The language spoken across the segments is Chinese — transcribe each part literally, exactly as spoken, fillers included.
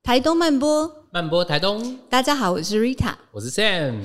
台东慢播， 慢播台东。 大家好，我是 Rita， 我是 Sam。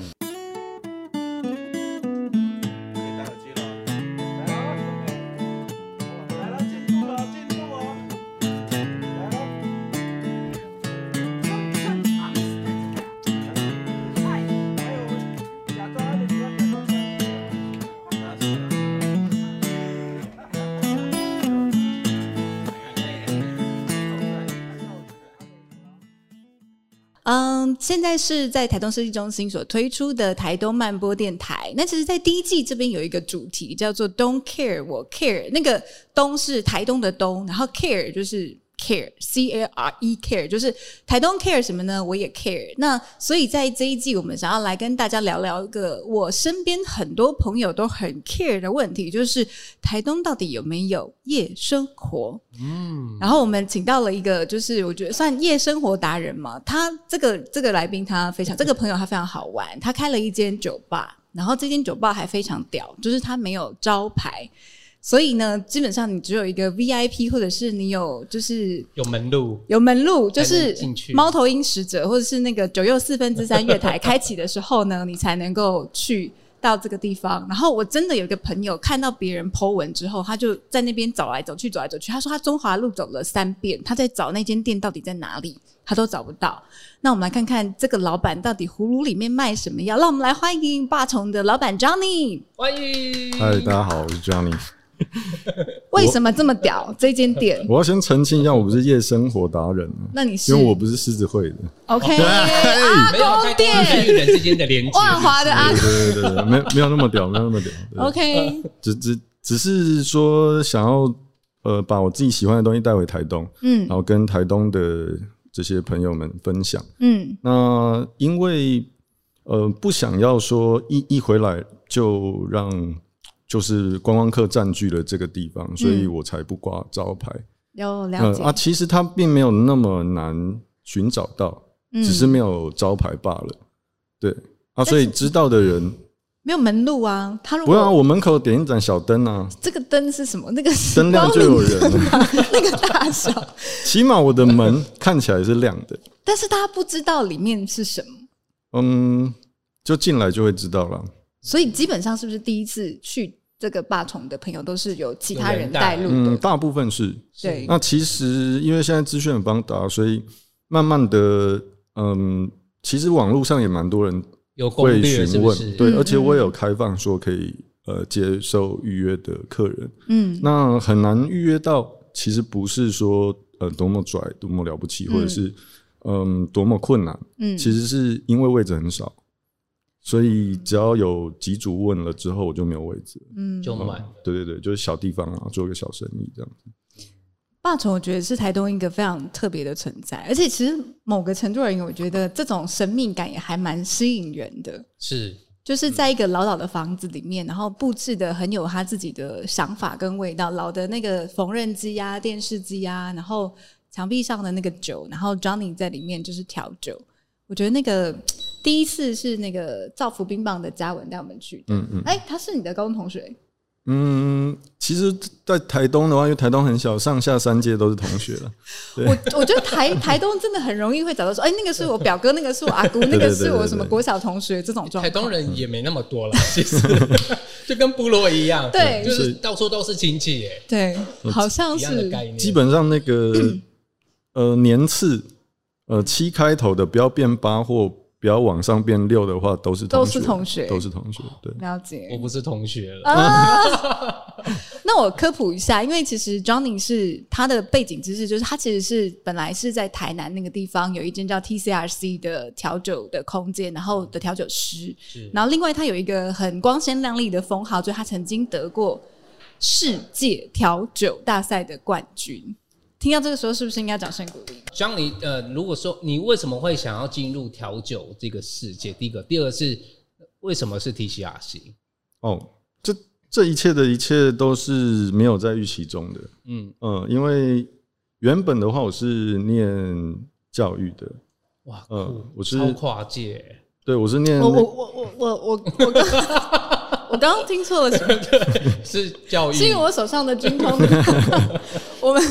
嗯，现在是在台东设计中心所推出的台东慢播电台。那其实在第一季这边有一个主题叫做 Don't Care 我 Care， 那个东是台东的东，然后 Care 就是 Care C A R E Care， 就是台东 Care 什么呢？我也 Care。那所以在这一季我们想要来跟大家聊聊一个我身边很多朋友都很 care 的问题，就是台东到底有没有夜生活？嗯，然后我们请到了一个就是我觉得算夜生活达人嘛，他这个这个来宾他非常这个朋友他非常好玩，他开了一间酒吧，然后这间酒吧还非常屌，就是他没有招牌。所以呢，基本上你只有一个 V I P， 或者是你有就是有门路， 有门路，就是猫头鹰使者，或者是那个九又四分之三月台开启的时候呢，你才能够去到这个地方。然后我真的有一个朋友看到别人 po 文之后，他就在那边走来走去，走来走去。他说他中华路走了三遍，他在找那间店到底在哪里，他都找不到。那我们来看看这个老板到底葫芦里面卖什么药。让我们来欢迎霸宠的老板 Johnny。 欢迎， 嗨，大家好，我是 Johnny。 为什么这么屌？这间店我要先澄清一下，我不是夜生活达人， 那你是？ 因为我不是狮子会的。 OK， 阿公店， 玉人之间的连接， 万华的阿公， 对对对对，没有没有那么屌，没有那么屌。 OK， 只只只是说想要呃把我自己喜欢的东西带回台东，嗯，然后跟台东的这些朋友们分享，嗯，那因为呃不想要说一一回来就让。就是观光客占据了这个地方，所以我才不挂招牌。 有了解、 呃、啊，其实它并没有那么难寻找到，嗯、只是没有招牌罢了。对啊，所以知道的人没有门路啊。他如果不要、啊，我门口点一盏小灯啊。 这个灯是什么？那个灯亮就有人了， 那个大小。 起码我的门看起来是亮的， 但是他不知道里面是什么。 嗯，就进来就会知道了。 所以基本上是不是第一次去这个霸宠的朋友都是有其他人带路的？ 嗯，大部分是。 对。 那其实因为现在资讯很发达，所以慢慢的，嗯，其实网络上也蛮多人会询问，是是对，而且我也有开放说可以呃接受预约的客人。嗯。那很难预约到，其实不是说呃多么拽、多么了不起，或者是嗯多么困难。嗯。其实是因为位置很少。所以只要有几组问了之后，我就没有位置， 嗯，就满了。 对对对，就是小地方啊，做一个小生意这样子。 霸宠我觉得是台东一个非常特别的存在，而且其实某个程度而言，我觉得这种神秘感也还蛮吸引人的。 是， 就是在一个老老的房子里面，然后布置的很有他自己的想法跟味道，老的那个缝纫机啊、电视机啊，然后墙壁上的那个酒，然后 Johnny 在里面就是调酒。我觉得那个第一次是那个造福冰棒的嘉文带我们去的，嗯嗯，哎、欸，他是你的高中同学？ 嗯，其实，在台东的话，因为台东很小，上下三届都是同学了。 我我觉得台台东真的很容易会找到说，哎、欸，那个是我表哥，那个是我阿姑，那个是我什么国小同学这种状况。 台东人也没那么多了，其实就跟部落一样， 对， 就是到处都是亲戚耶。 对，好像是基本上那个呃年次。呃，七开头的不要变八或不要往上变六的话，都是同学， 都是同学， 都是同学。对， 了解。 我不是同学了。 啊、那我科普一下，因为其实 Johnny 是他的背景知识，就是他其实是本来是在台南那个地方有一间叫 T C R C 的调酒的空间，然后的调酒师。然后另外他有一个很光鲜亮丽的封号，就是他曾经得过世界调酒大赛的冠军。听到这个时候，是不是应该掌声鼓励？ 像你呃，如果说你为什么会想要进入调酒这个世界？第一个，第二个是为什么是 T C R C？ 哦，这这一切的一切都是没有在预期中的。嗯嗯、呃，因为原本的话我是念教育的， 哇，嗯、呃，我是超跨界， 对，我是念我我我我我我我刚我刚刚听错了， 是教育， 是因为我手上的精通，我们。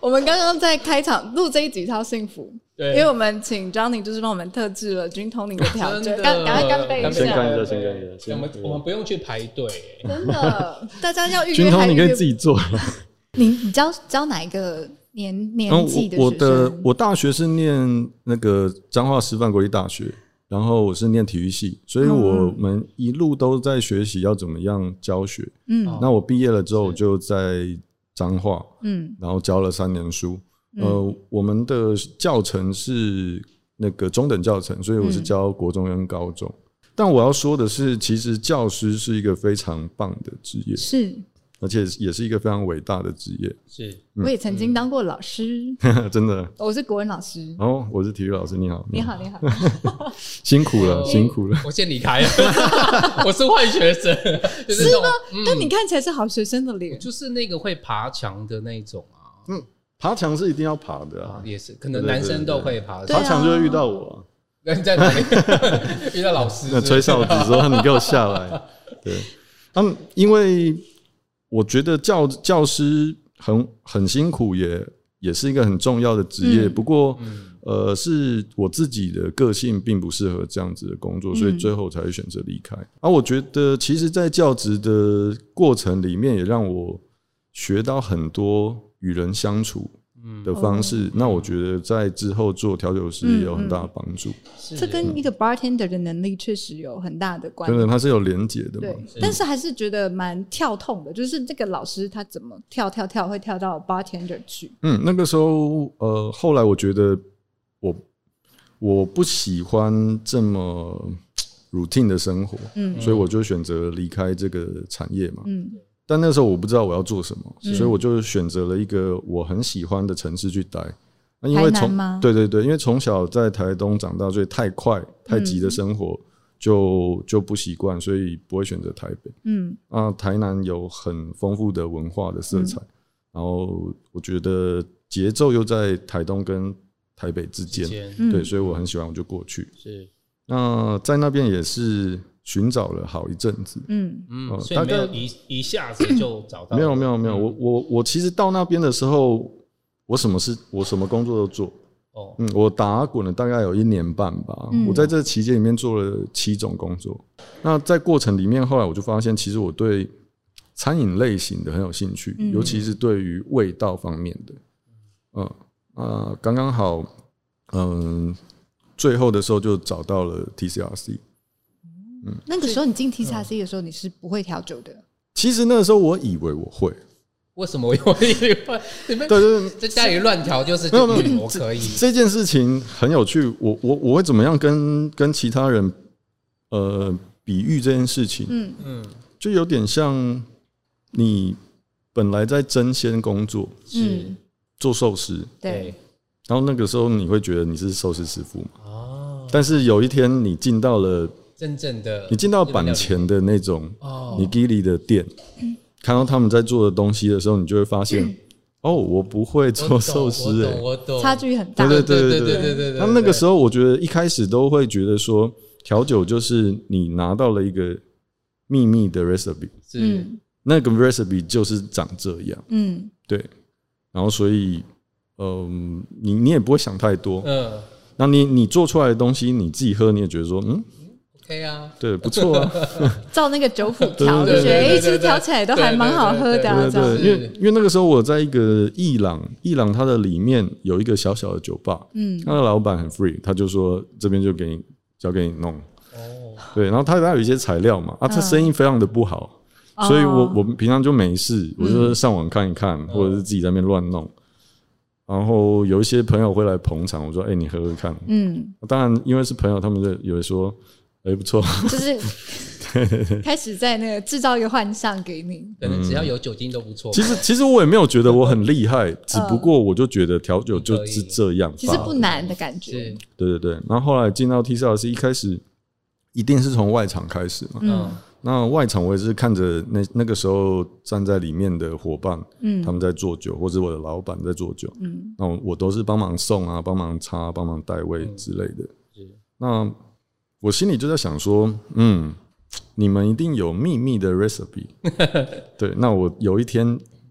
我们刚刚在开场录这一集超幸福，对，因为我们请 Johnny 就是帮我们特制了Gin Tonic的调酒，赶快干杯一下， 先干一下，先干一下。 我们我们不用去排队， 真的，大家要预约 Gin Tonic 你可以自己做。 你你教教哪一个年年纪的学生？ 我的我大学是念那个彰化师范国立大学。然后我是念体育系，所以我们一路都在学习要怎么样教学。嗯，那我毕业了之后，我就在彰化，嗯，然后教了三年书。嗯、呃，我们的教程是那个中等教程，所以我是教国中跟高中。嗯、但我要说的是，其实教师是一个非常棒的职业， 是。 而且也是一个非常伟大的职业。 是， 嗯、我也曾经当过老师， 真的。 我是国文老师。 哦，我是体育老师。你好， 你好，你好。 辛苦了，辛苦了。 我先离开了，我是坏学生。 就是吗？嗯、但你看起来是好学生的脸。 就是那个会爬墙的那种啊。 嗯，爬墙是一定要爬的啊。 啊也是，可能男生都会爬。 对对对对爬墙就会遇到我、啊。 那你在哪里？遇到老师。 那吹哨子说你给我下来。对，嗯，因为。我觉得教教师很很辛苦也，也也是一个很重要的职业。嗯、不过，嗯、呃，是我自己的个性并不适合这样子的工作，所以最后才会选择离开。嗯、啊，我觉得其实，在教职的过程里面，也让我学到很多与人相处的方式。嗯、那我觉得在之后做调酒师也有很大的帮助。 嗯、这跟一个 bartender 的能力确实有很大的关系。 真的，它是有连结的嘛。 对，但是还是觉得蛮跳痛的，就是这个老师他怎么跳跳跳会跳到 bartender 去？ 嗯，那个时候，呃，后来我觉得我我不喜欢这么 routine 的生活，嗯，所以我就选择离开这个产业嘛。嗯。但那时候我不知道我要做什么，嗯、所以我就选择了一个我很喜欢的城市去待。那因为从对对对，因为从小在台东长大，所以太快太急的生活就就不习惯，所以不会选择台北。嗯，啊，台南有很丰富的文化的色彩，嗯、然后我觉得节奏又在台东跟台北之间，对，所以我很喜欢，我就过去。是，那在那边也是。寻找了好一阵子，嗯嗯，呃、所以没有一一下子就找到。 没有没有没有，我我我其实到那边的时候，我什么事我什么工作都做。哦，嗯，我打滚了大概有一年半吧。嗯、我在这期间里面做了七种工作。那在过程里面，后来我就发现，其实我对餐饮类型的很有兴趣，嗯、尤其是对于味道方面的。嗯啊，刚刚好，嗯，最后的时候就找到了 T C R C。 嗯、那个时候你进 T C R C 的时候，你是不会调酒的。 其实那个时候我以为我会， 为什么我以为你们对对在家里乱调就是就嗯我可以这件事情很有趣。我我我会怎么样跟跟其他人呃比喻这件事情？嗯嗯，就有点像你本来在争鲜工作，是做寿司， 对， 然后那个时候你会觉得你是寿司师傅嘛？哦，但是有一天你进到了。 真正的， 你进到板前的那种尼基里的店，看到他们在做的东西的时候，你就会发现，哦，我不会做寿司，哎， 我懂， 差距很大。 对对对对对对对对。那那个时候，我觉得一开始都会觉得说，调酒就是你拿到了一个秘密的 recipe， 是那个 recipe 就是长这样，嗯，对。然后所以，嗯，你你也不会想太多，嗯，那你你做出来的东西，你自己喝，你也觉得说，嗯。 OK 啊， 对，不错啊。 照那个酒谱调，就觉得哎，其实调起来都还蛮好喝的啊。 对对对，因为因为那个时候我在一个伊朗，伊朗它的里面有一个小小的酒吧，嗯，他的老板很 free， 他就说这边就给你交给你弄。哦，对，然后他他有一些材料嘛，啊，他生意非常的不好，嗯、所以我我平常就没事，我就上网看一看，嗯、或者是自己在那边乱弄。然后有一些朋友会来捧场，我说：“哎、欸，你喝喝看。”嗯，当然因为是朋友，他们就有人说。哎、欸，不错， 就是开始在那个制造一个幻象给你， 可能只要有酒精都不错。 其实，其实我也没有觉得我很厉害，只不过我就觉得调酒就是这样， 其实不难的感觉。 对对对，然后后来进到 T C R C， 一开始一定是从外场开始嘛。嗯，那外场我也是看着那那个时候站在里面的伙伴，嗯，他们在做酒，或者我的老板在做酒，嗯，那我我都是帮忙送啊，帮忙擦，帮忙带位之类的。嗯、那我心里就在想说，嗯，你们一定有秘密的 recipe， 对，那我有一天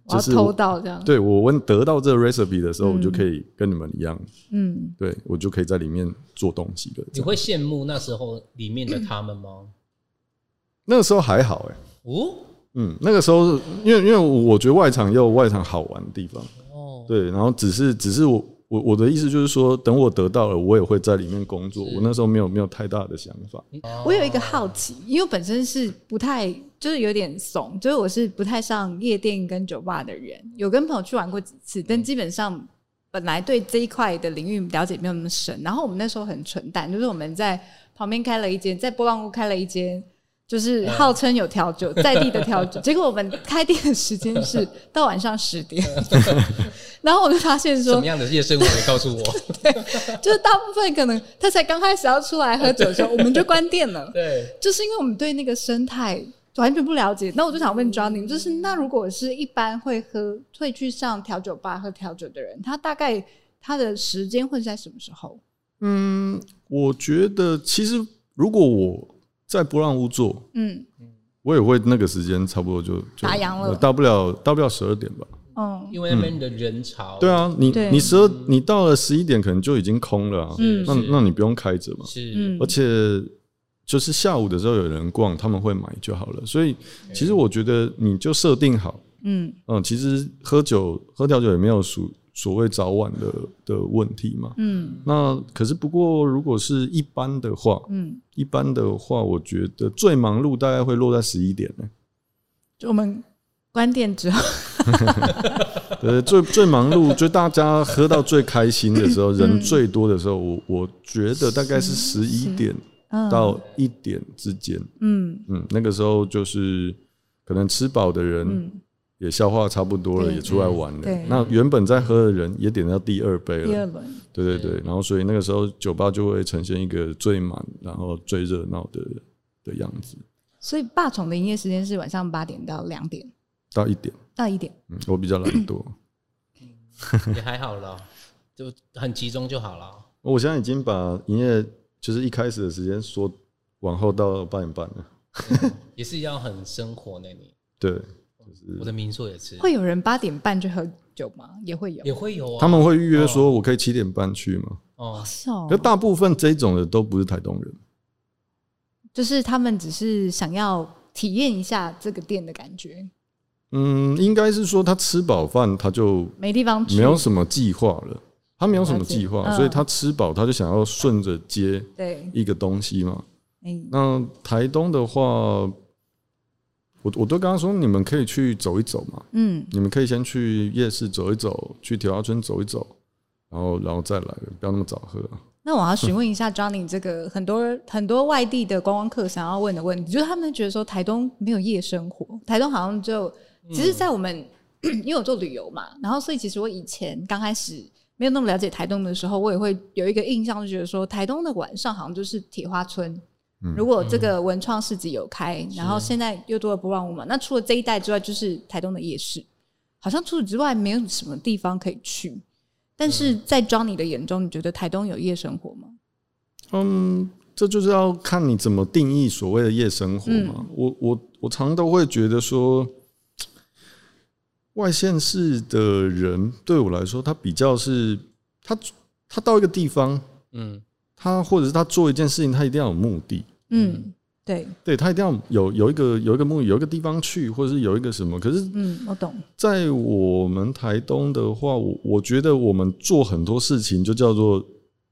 我要偷到这样。 对，我问得到这个 recipe 的时候，嗯、我就可以跟你们一样，嗯，对我就可以在里面做东西了。 你会羡慕那时候里面的他们吗？ 那个时候还好哎、欸， 哦， 嗯，那个时候因为因为我觉得外场也有外场好玩的地方，哦，对，然后只是只是我我我的意思就是说，等我得到了，我也会在里面工作。我那时候没有没有太大的想法。 我有一个好奇，因为我本身是不太就是有点怂，就是我是不太上夜店跟酒吧的人，有跟朋友去玩过几次，但基本上本来对这一块的领域了解没有那么深。然后我们那时候很蠢蛋，就是我们在旁边开了一间，在波浪屋开了一间。就是号称有调酒，在地的调酒，结果我们开店的时间是到晚上十点，然后我就发现说， 什么样的夜生活？你告诉我， 对，就是大部分可能他才刚开始要出来喝酒的时候，我们就关店了。 对， 就是因为我们对那个生态完全不了解。那我就想问 Johnny， 就是那如果是一般会喝、会去上调酒吧喝调酒的人，他大概他的时间会是在什么时候？ 嗯，我觉得其实如果我在波浪屋做，嗯，我也会那个时间差不多就就打烊了， 大不了大不了十二点吧。 嗯， 因为那边的人潮、嗯， 对啊，你你十二你到了十一点可能就已经空了、啊，嗯，那那你不用开着嘛， 是， 而且就是下午的时候有人逛，他们会买就好了。所以其实我觉得你就设定好，嗯嗯，其实喝酒喝调酒也没有属。所谓早晚的的问题嘛，嗯，那可是不过如果是一般的话，嗯，一般的话，我觉得最忙碌大概会落在十一点呢、欸， 就我们关店之后， 对，最最忙碌，就大家喝到最开心的时候，人最多的时候，我我觉得大概是十一点到一点之间，嗯嗯，那个时候就是可能吃饱的人。嗯也消化差不多了，也出来玩了。那原本在喝的人也点到第二杯了， 第二轮， 对对对。然后所以那个时候酒吧就会呈现一个最满，然后最热闹的的样子。 所以霸宠的营业时间是晚上八点到两点， 到一点， 到一点。 嗯，我比较懒惰， 也还好啦，就很集中就好了。 我现在已经把营业就是一开始的时间说往后到八点半了， 嗯、也是要很生活呢。你对。 我的民宿也是， 会有人八点半就喝酒吗？也会有， 也会有啊。 他们会预约说，我可以七点半去吗？ 哦，是哦。 可大部分这种的都不是台东人， 就是他们只是想要体验一下这个店的感觉。 嗯，应该是说他吃饱饭他就没地方去， 没有什么计划了。他没有什么计划，嗯、所以他吃饱他就想要顺着接一个东西嘛。那台东的话。我我都跟他说，你们可以去走一走嘛，嗯，你们可以先去夜市走一走，去铁花村走一走，然后然后再来，不要那么早喝。 那我要询问一下 Johnny， 这个很多很多外地的观光客想要问的问题，就是他们觉得说台东没有夜生活，台东好像就其实，在我们、嗯、因为我做旅游嘛，然后所以其实我以前刚开始没有那么了解台东的时候，我也会有一个印象，就觉得说台东的晚上好像就是铁花村。如果这个文创市集有开，然后现在又多了波浪屋嘛，那除了这一带之外，就是台东的夜市，好像除此之外没有什么地方可以去。但是在 Johnny 的眼中，你觉得台东有夜生活吗？ 嗯，这就是要看你怎么定义所谓的夜生活嘛。嗯、我我我常都会觉得说，外县市的人对我来说，他比较是他他到一个地方，嗯，他或者是他做一件事情，他一定要有目的。 嗯，对， 对他一定要有有一个有一个目的，有一个地方去，或者是有一个什么。可是， 嗯，我懂。在我们台东的话，我我觉得我们做很多事情就叫做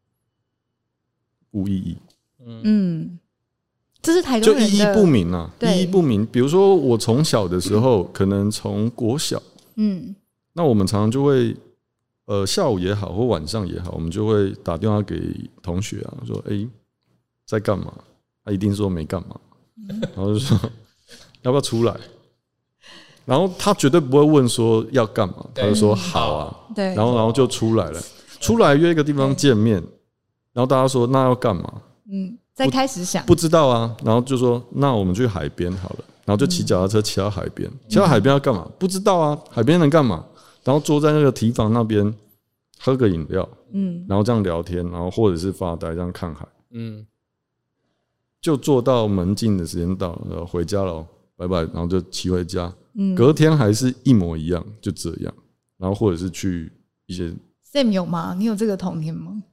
无意义。 嗯，这是台东人的就意义不明啊，意义不明。比如说，我从小的时候，可能从国小，嗯，那我们常常就会，呃，下午也好，或晚上也好，我们就会打电话给同学啊，说，哎、欸，在干嘛？他一定说没干嘛，然后就说要不要出来，然后他绝对不会问说要干嘛，他就说好啊， 对， 然后然后就出来了，出来约一个地方见面，然后大家说那要干嘛？ 嗯，再开始想不知道啊，然后就说那我们去海边好了，然后就骑脚踏车骑到海边，骑到海边要干嘛？不知道啊，海边能干嘛？然后坐在那个堤防那边喝个饮料，嗯，然后这样聊天，然后或者是发呆这样看海，嗯。就做到门禁的时间到了，回家了，拜拜，然后就骑回家， 嗯，隔天还是一模一样，就这样。然后或者是去一些 Sam 有吗？你有这个童年吗？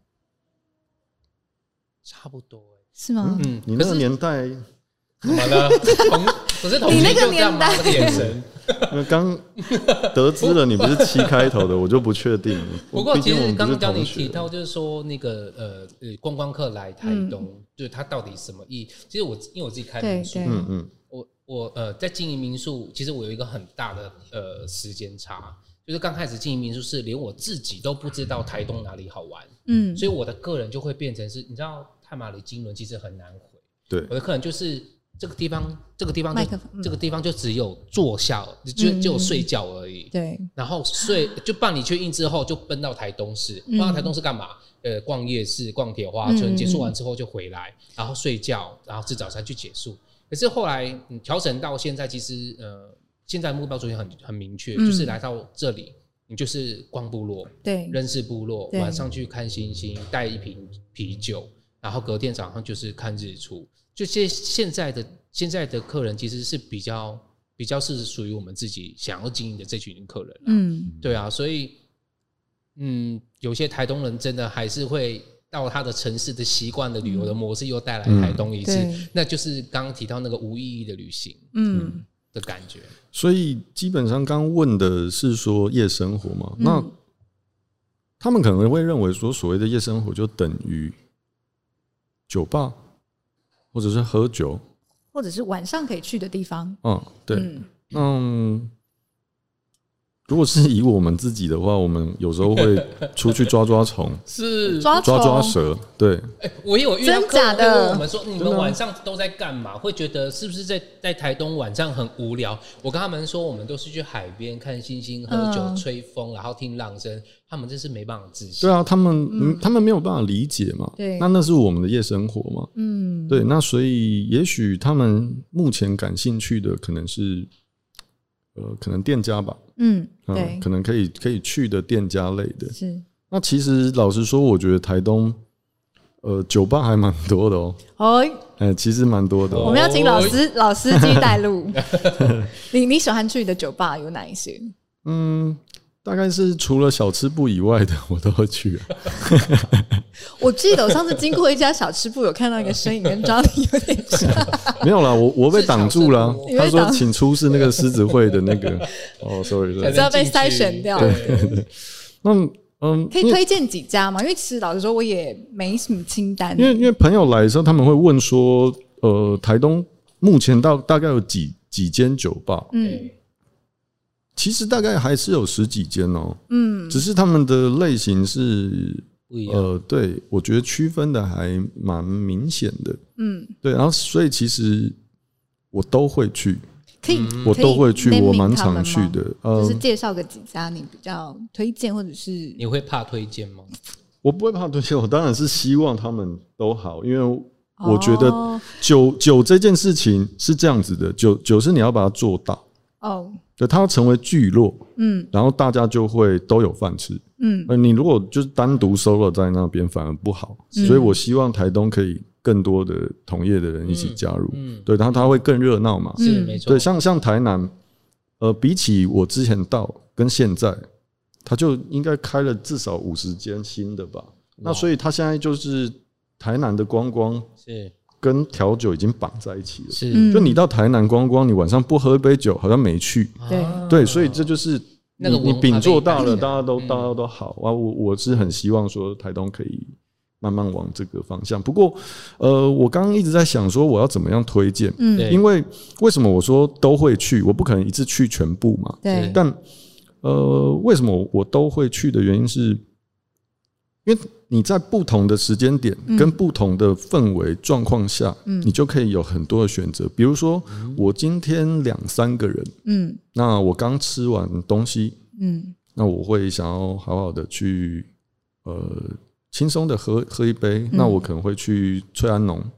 差不多、欸、 是吗？ 嗯，你那个年代怎么了？不是同学就这样吗？那个眼神。 刚得知了你不是七开头的，我就不确定了。 不过其实刚刚你提到，就是说那个呃观光客来台东，嗯、就是它到底什么意义？其实我因为我自己开民宿，嗯嗯，我我呃在经营民宿，其实我有一个很大的呃时间差，就是刚开始经营民宿是连我自己都不知道台东哪里好玩，嗯，所以我的个人就会变成是，你知道太麻里金轮其实很难回， 对， 我的客人就是。这个地方，这个地方就、嗯、这个地方就只有坐下，就只有睡觉而已。 对， 然后睡就办理确印之后，就奔到台东市。奔到台东市干嘛？呃，逛夜市、逛铁花村，嗯、结束完之后就回来，然后睡觉，然后吃早餐就结束。可是后来调整、嗯、到现在，其实呃，现在目标主题很很明确，嗯、就是来到这里，你就是逛部落， 对， 认识部落，晚上去看星星，带一瓶啤酒，然后隔天早上就是看日出。就现在的现在的客人其实是比较比较是属于我们自己想要经营的这群客人、啊，嗯，对啊，所以嗯，有些台东人真的还是会到他的城市的习惯的旅游的模式又带来台东一次，嗯、那就是刚刚提到那个无意义的旅行，嗯的感觉。 所以基本上刚问的是说夜生活嘛，嗯、那他们可能会认为说所谓的夜生活就等于酒吧。或者是喝酒， 或者是晚上可以去的地方。 嗯，对。嗯，嗯如果是以我们自己的话，我们有时候会出去抓抓虫， 是抓抓抓蛇。对， 欸、我有遇到真假的， 我们说你们晚上都在干嘛？会觉得是不是在在台东晚上很无聊？我跟他们说，我们都是去海边看星星、喝酒、嗯、吹风，然后听浪声。他们真是没办法自信。 对啊，他们、嗯、他们没有办法理解嘛。 对， 那那是我们的夜生活嘛。嗯，对。那所以也许他们目前感兴趣的可能是。呃，可能店家吧，嗯，对，嗯、可能可以可以去的店家类的。 是。 那其实老实说，我觉得台东，呃，酒吧还蛮多的哦。哦，哎、欸，其实蛮多的、哦。 我们要请老师、哦、老司机带路。你你喜欢去的酒吧有哪一些？ 嗯，大概是除了小吃部以外的，我都会去、啊。 我记得我上次经过一家小吃部，有看到一个身影跟张力有点像。 没有啦，我我被挡住了。他说请出示那个狮子会的那个。哦 ，sorry， 你知道被筛选掉。 对对对。那嗯， 可以推荐几家吗？因为其实老实说，我也没什么清单。 因为因为朋友来的时候，他们会问说，呃，台东目前到大概有几几间酒吧？嗯。其实大概还是有十几间哦，嗯，只是他们的类型是不一样， 呃，对，我觉得区分的还蛮明显的，嗯，对，然后所以其实我都会去， 可以， 我都会去，我蛮常去的， 呃，就是介绍个几家你比较推荐，或者是你会怕推荐吗？ 我不会怕推荐，我当然是希望他们都好，因为我觉得酒酒这件事情是这样子的，酒酒是你要把它做大哦。对，它要成为聚落，嗯，然后大家就会都有饭吃，嗯，而你如果就是单独收了在那边，反而不好，嗯、所以我希望台东可以更多的同业的人一起加入，嗯，嗯对，然后它会更热闹嘛， 是没错， 对，像像台南，呃，比起我之前到跟现在，它就应该开了至少五十间新的吧，那所以它现在就是台南的观光是。 跟调酒已经绑在一起了，是就你到台南观光，你晚上不喝一杯酒好像没去， 对对，所以这就是你你饼做大了，大家都大家都好啊。我我是很希望说台东可以慢慢往这个方向。不过呃，我刚刚一直在想说我要怎么样推荐，嗯，因为为什么我说都会去，我不可能一次去全部嘛， 对。 但呃，为什么我都会去的原因是，因为你在不同的时间点跟不同的氛围状况下，嗯，你就可以有很多的选择。比如说，我今天两三个人，嗯，那我刚吃完东西，嗯，那我会想要好好的去，呃，轻松的喝喝一杯，嗯，那我可能会去翠安农，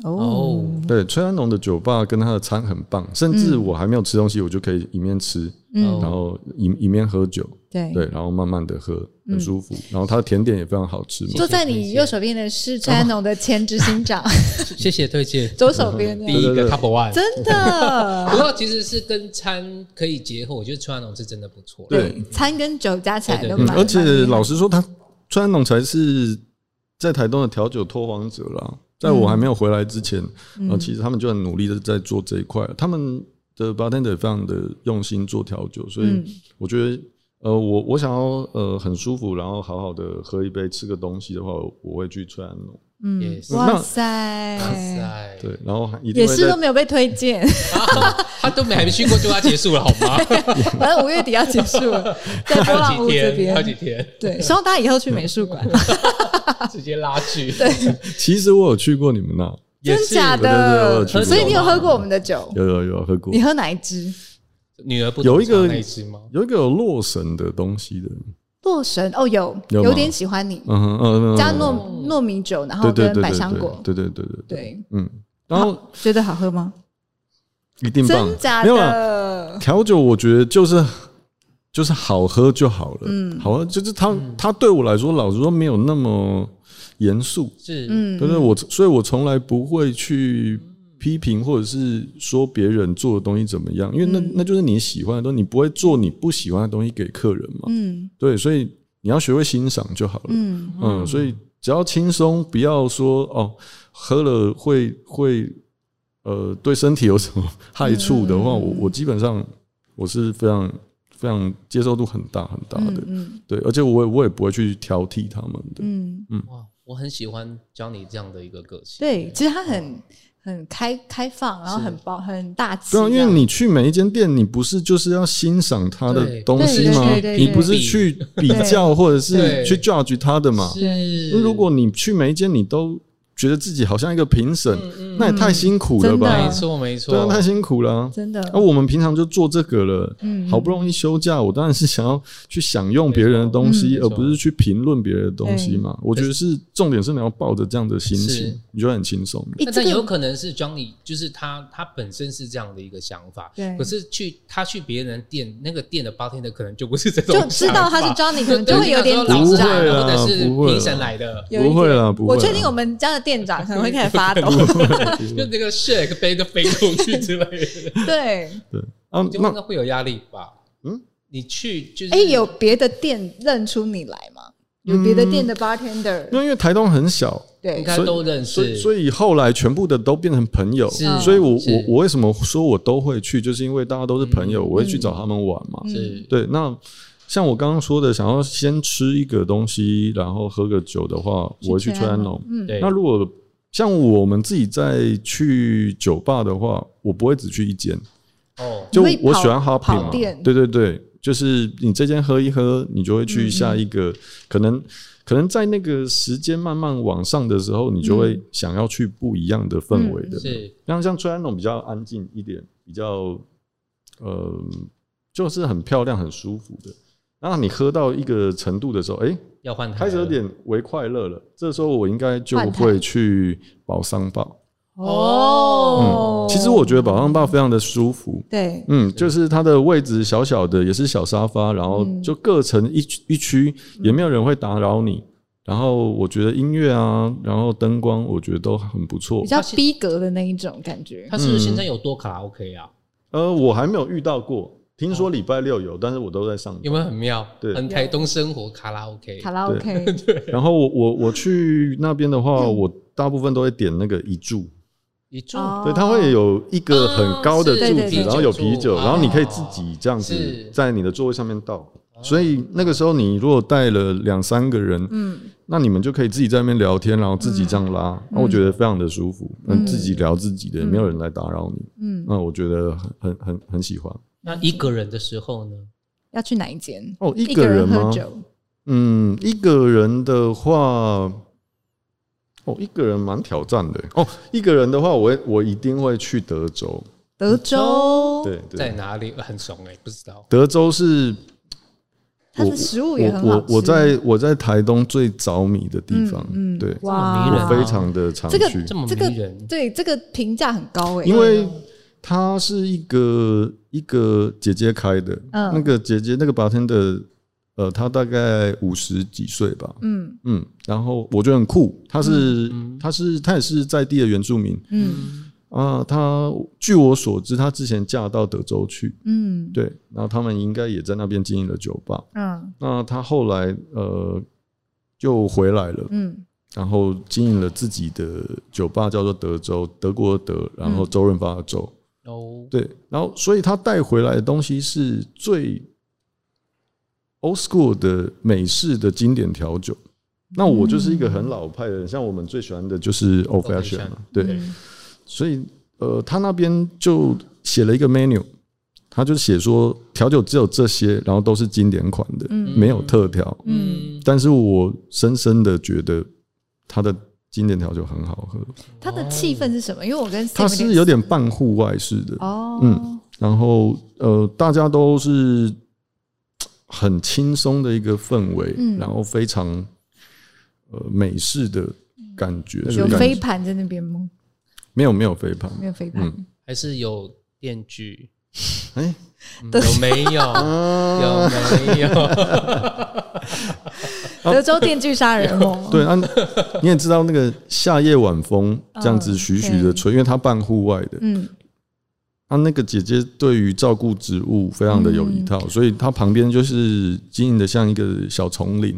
哦， 对，崔安农的酒吧跟他的餐很棒，甚至我还没有吃东西，我就可以一面吃，嗯、然后一一面喝酒， 对对，然后慢慢的喝，很舒服。嗯、然后他的甜点也非常好吃嘛。 坐在你右手边的是崔安农的前执行长， 谢谢推荐。 左手边第一个 Top One， 真的。 不过其实是跟餐可以结合，我觉得崔安农是真的不错。 对，餐跟酒加起来都蛮。 嗯、而且老实说，他崔安农才是在台东的调酒拓荒者啦。在我还没有回来之前，嗯呃、其实他们就很努力的在做这一块。他们的 bartender 非常的用心做调酒，所以我觉得，呃，我我想要呃很舒服，然后好好的喝一杯吃个东西的话，我会去崔安农。 嗯， yes. 哇塞， 哇塞， 对，然后一定也是都没有被推荐， 啊、他都没还没去过就要结束了好吗？ 反正五月底要结束了，在波浪屋这边， 还有几天， 对，希望大家以后去美术馆， 直接拉去。 对， 其实我有去过你们那， 真假的？所以你有喝过我们的酒？ 有有有喝过。 你喝哪一支？ 女儿不有一个那一支吗？ 有一个有洛神的东西的。 洛神哦，有 有, 有点喜欢你， 嗯嗯加糯糯米酒，然后跟百香果， 对对对对对对， 嗯，然后觉得好喝吗？ 一定棒， 真假的？ 没有啊，调酒我觉得就是就是好喝就好了，嗯，好喝就是它、嗯、它对我来说，老实说没有那么严肃， 是， 嗯， 对对，我所以我从来不会去批评或者是说别人做的东西怎么样，因为那、嗯、那就是你喜欢的东西，你不会做你不喜欢的东西给客人嘛。嗯，对，所以你要学会欣赏就好了。嗯嗯，所以只要轻松，不要说哦喝了会会呃对身体有什么害处的话，嗯、我我基本上我是非常非常接受度很大很大的。嗯嗯，对，而且我也我也不会去挑剔他们的。嗯嗯，哇，我很喜欢Johnny这样的一个个性。 对，其实他很。很开开放，然后很包很大气。 对啊，因为你去每一间店，你不是就是要欣赏它的东西吗？你不是去比较或者是去 judge 它的嘛？如果你去每一间，你都觉得自己好像一个评审，嗯嗯、那也太辛苦了吧？ 没错没错， 对啊，太辛苦了、啊， 真的。 那、啊、我们平常就做这个了，嗯，好不容易休假，我当然是想要去享用别人的东西，而不是去评论别人的东西嘛。我觉得是重点是你要抱着这样的心情，你就会很轻松。 那但有可能是 Johnny， 就是他他本身是这样的一个想法，对。可是去他去别人店，那个店的 bartender 可能就不是这种想法， 就知道他是 Johnny， 可能就会有点紧张， 或者是评审来的， 不会啦，不会。 我确定我们家的店长可能会开始发抖， 就那个 shake 杯都飞过去之类的。 对对， 啊，就应该会有压力吧？嗯，你去就是， 哎、欸，有别的店认出你来吗？有别的店的 bartender？、 嗯、因为台东很小， 对， 应该都认识， 所以所以后来全部的都变成朋友。所以我我我为什么说我都会去，就是因为大家都是朋友，嗯、我会去找他们玩嘛。 是， 对，那。像我刚刚说的，想要先吃一个东西，然后喝个酒的话，我会去崔安农。嗯，那如果像我们自己在去酒吧的话，我不会只去一间。哦，就我喜欢 hopping 嘛，对对对，就是你这间喝一喝，你就会去下一个，嗯、可能可能在那个时间慢慢往上的时候，你就会想要去不一样的氛围的。是、嗯，像像崔安农比较安静一点，比较呃，就是很漂亮、很舒服的。然后你喝到一个程度的时候，哎、欸， 要换台， 开始有点微快乐了。这时候我应该就会去宝桑吧。 哦、 嗯，其实我觉得宝桑吧非常的舒服。 对， 嗯，就是它的位置小小的，也是小沙发，然后就各成一一区，也没有人会打扰你。然后我觉得音乐啊，然后灯光，我觉得都很不错， 比较逼格的那一种感觉。 它是不是现在有多卡拉 OK 啊？ 呃，我还没有遇到过。听说礼拜六有，但是我都在上班。 有没有很妙？ 对， 很台东生活卡拉 OK， 卡拉 OK。 对。然后我我我去那边的话，嗯、我大部分都会点那个一柱。 一柱。 对，它会有一个很高的柱子，然后有啤酒，然后你可以自己这样子在你的座位上面倒。所以那个时候你如果带了两三个人，嗯，那你们就可以自己在那边聊天，然后自己这样拉，那、嗯、我觉得非常的舒服。嗯，自己聊自己的，没有人来打扰你。嗯，那我觉得很很很喜欢。 那一个人的时候呢？ 要去哪一间？ 哦，一个人吗？嗯，一个人的话，哦，一个人蛮挑战的。哦，一个人的话，我我一定会去德州。 德州？ 对对， 在哪里？很怂哎、欸，不知道。 德州是它的食物也很好吃。 我我在我在台东最着迷的地方，嗯，嗯对， 哇， 我非常的常去， 这个这么迷人， 这个、对这个评价很高哎、欸， 因为它是一个一个姐姐开的，嗯，那个姐姐那个bartender呃，她大概五十几岁吧，嗯嗯，然后我觉得很酷，她是她、嗯、是她也是在地的原住民，嗯。啊，他据我所知，他之前嫁到德州去，嗯，对，然后他们应该也在那边经营了酒吧，嗯，那他后来呃就回来了，嗯，然后经营了自己的酒吧，叫做德州，德国的德，然后周润发的周，哦、嗯，对，然后所以他带回来的东西是最 old school 的美式的经典调酒，那我就是一个很老派的人，像我们最喜欢的就是 old fashion 嘛，对。嗯，所以，呃，他那边就写了一个 menu， 他就写说调酒只有这些，然后都是经典款的，嗯、没有特调。嗯，但是我深深的觉得他的经典调酒很好喝。 它的气氛是什么？因为我跟它是有点半户外式的哦，嗯，然后呃，大家都是很轻松的一个氛围，嗯、然后非常呃美式的感觉。 有飞盘在那边吗？ 没有没有飞盘， 没有飞盘、嗯， 还是有电锯？ 哎、欸嗯，有没有？有没有？ 德州电锯杀人魔。 对啊，你也知道那个夏夜晚风这样子徐徐的吹，因为它半户外的。嗯，啊，那个姐姐对于照顾植物非常的有一套，嗯、所以她旁边就是经营的像一个小丛林。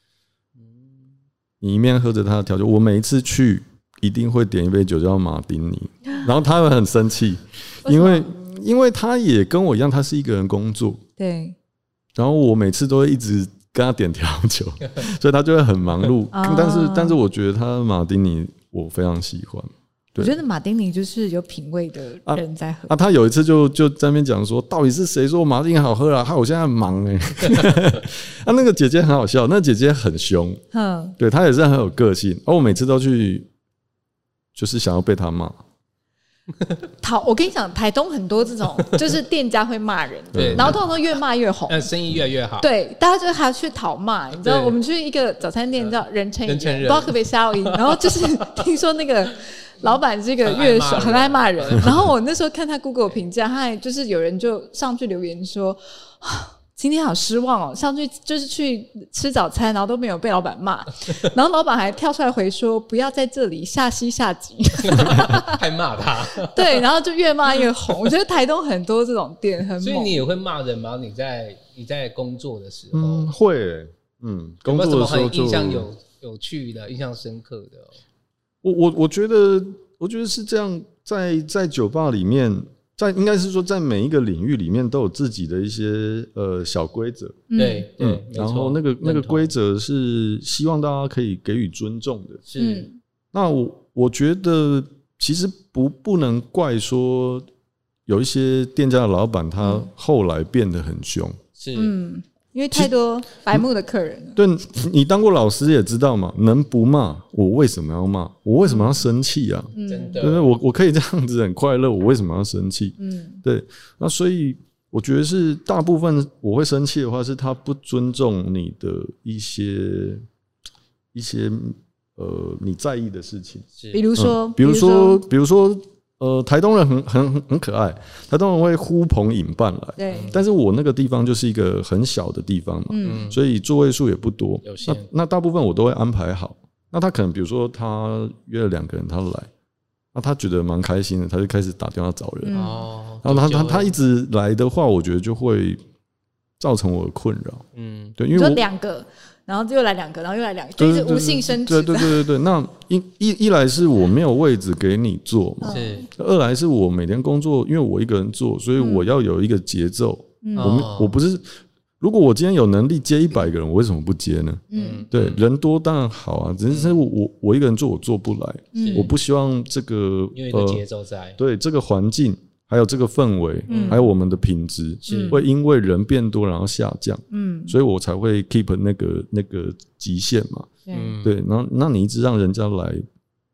你一面喝着她的调酒，我每一次去。一定会点一杯酒叫马丁尼，然后他们很生气，因为因为他也跟我一样，他是一个人工作， 对。 然后我每次都会一直跟他点调酒，所以他就会很忙碌。但是但是我觉得他马丁尼我非常喜欢。 我觉得马丁尼就是有品味的人在喝。 啊，啊他有一次就就在那边讲说，到底是谁说马丁尼好喝啊？害我现在很忙哎、欸。啊，那个姐姐很好笑，那个姐姐很凶，嗯，对她也是很有个性。而、啊、我每次都去。就是想要被他骂， 讨我跟你讲，台东很多这种，就是店家会骂人，对，然后通常都越骂越红， 生意越来越好。 对，大家就还要去讨骂，你知道，我们去一个早餐店叫人称人，不知道可不可以消音。然后就是听说那个老板是一个乐手，很爱骂人。然后我那时候看他 Google 评价，他还就是有人就上去留言说。今天好失望哦，上去就是去吃早餐，然后都没有被老板骂，然后老板还跳出来回说不要在这里下西下井， 还骂他。 对，然后就越骂越红。我觉得台东很多这种店很猛。 所以你也会骂人吗？你在你在工作的时候？ 嗯，会、欸。嗯，工作的时候有没有什么很印象有有趣的、印象深刻的？ 我我我觉得，我觉得是这样，在在酒吧里面。在应该是说，在每一个领域里面都有自己的一些呃小规则， 对，嗯， 然后那个那个规则是希望大家可以给予尊重的。 是， 那我我觉得其实不不能怪说有一些店家的老板他后来变得很凶， 是， 嗯。因为太多白目的客人了。 对，你当过老师也知道嘛，能不骂我为什么要骂？我为什么要生气啊？ 嗯、真的， 对，我我可以这样子很快乐，我为什么要生气？嗯，对。那所以我觉得是大部分我会生气的话，是他不尊重你的一些一些呃你在意的事情， 比如说， 嗯、比如说，比如说。呃，台东人很很很可爱，台东人会呼朋引伴来， 对。 但是我那个地方就是一个很小的地方嘛，嗯，所以座位数也不多， 有限。 那那大部分我都会安排好。那他可能比如说他约了两个人，他来，那他觉得蛮开心的，他就开始打电话找人。 哦、 嗯，然后他他他一直来的话，我觉得就会造成我的困扰。嗯，对，因为我两个。然后又来两个，然后又来两个，就一直无性生殖。 对对对对对，那一一一来是我没有位置给你坐嘛， 是； 二来是我每天工作，因为我一个人做，所以我要有一个节奏。嗯、我们我不是，如果我今天有能力接一百个人，我为什么不接呢？嗯，对，人多当然好啊，只是我我我一个人做我做不来，我不希望这个有一个节奏在， 呃、对这个环境。还有这个氛围，嗯、还有我们的品质，会因为人变多然后下降，嗯，所以我才会 keep 那个那个极限嘛，嗯，对，然后那你一直让人家来，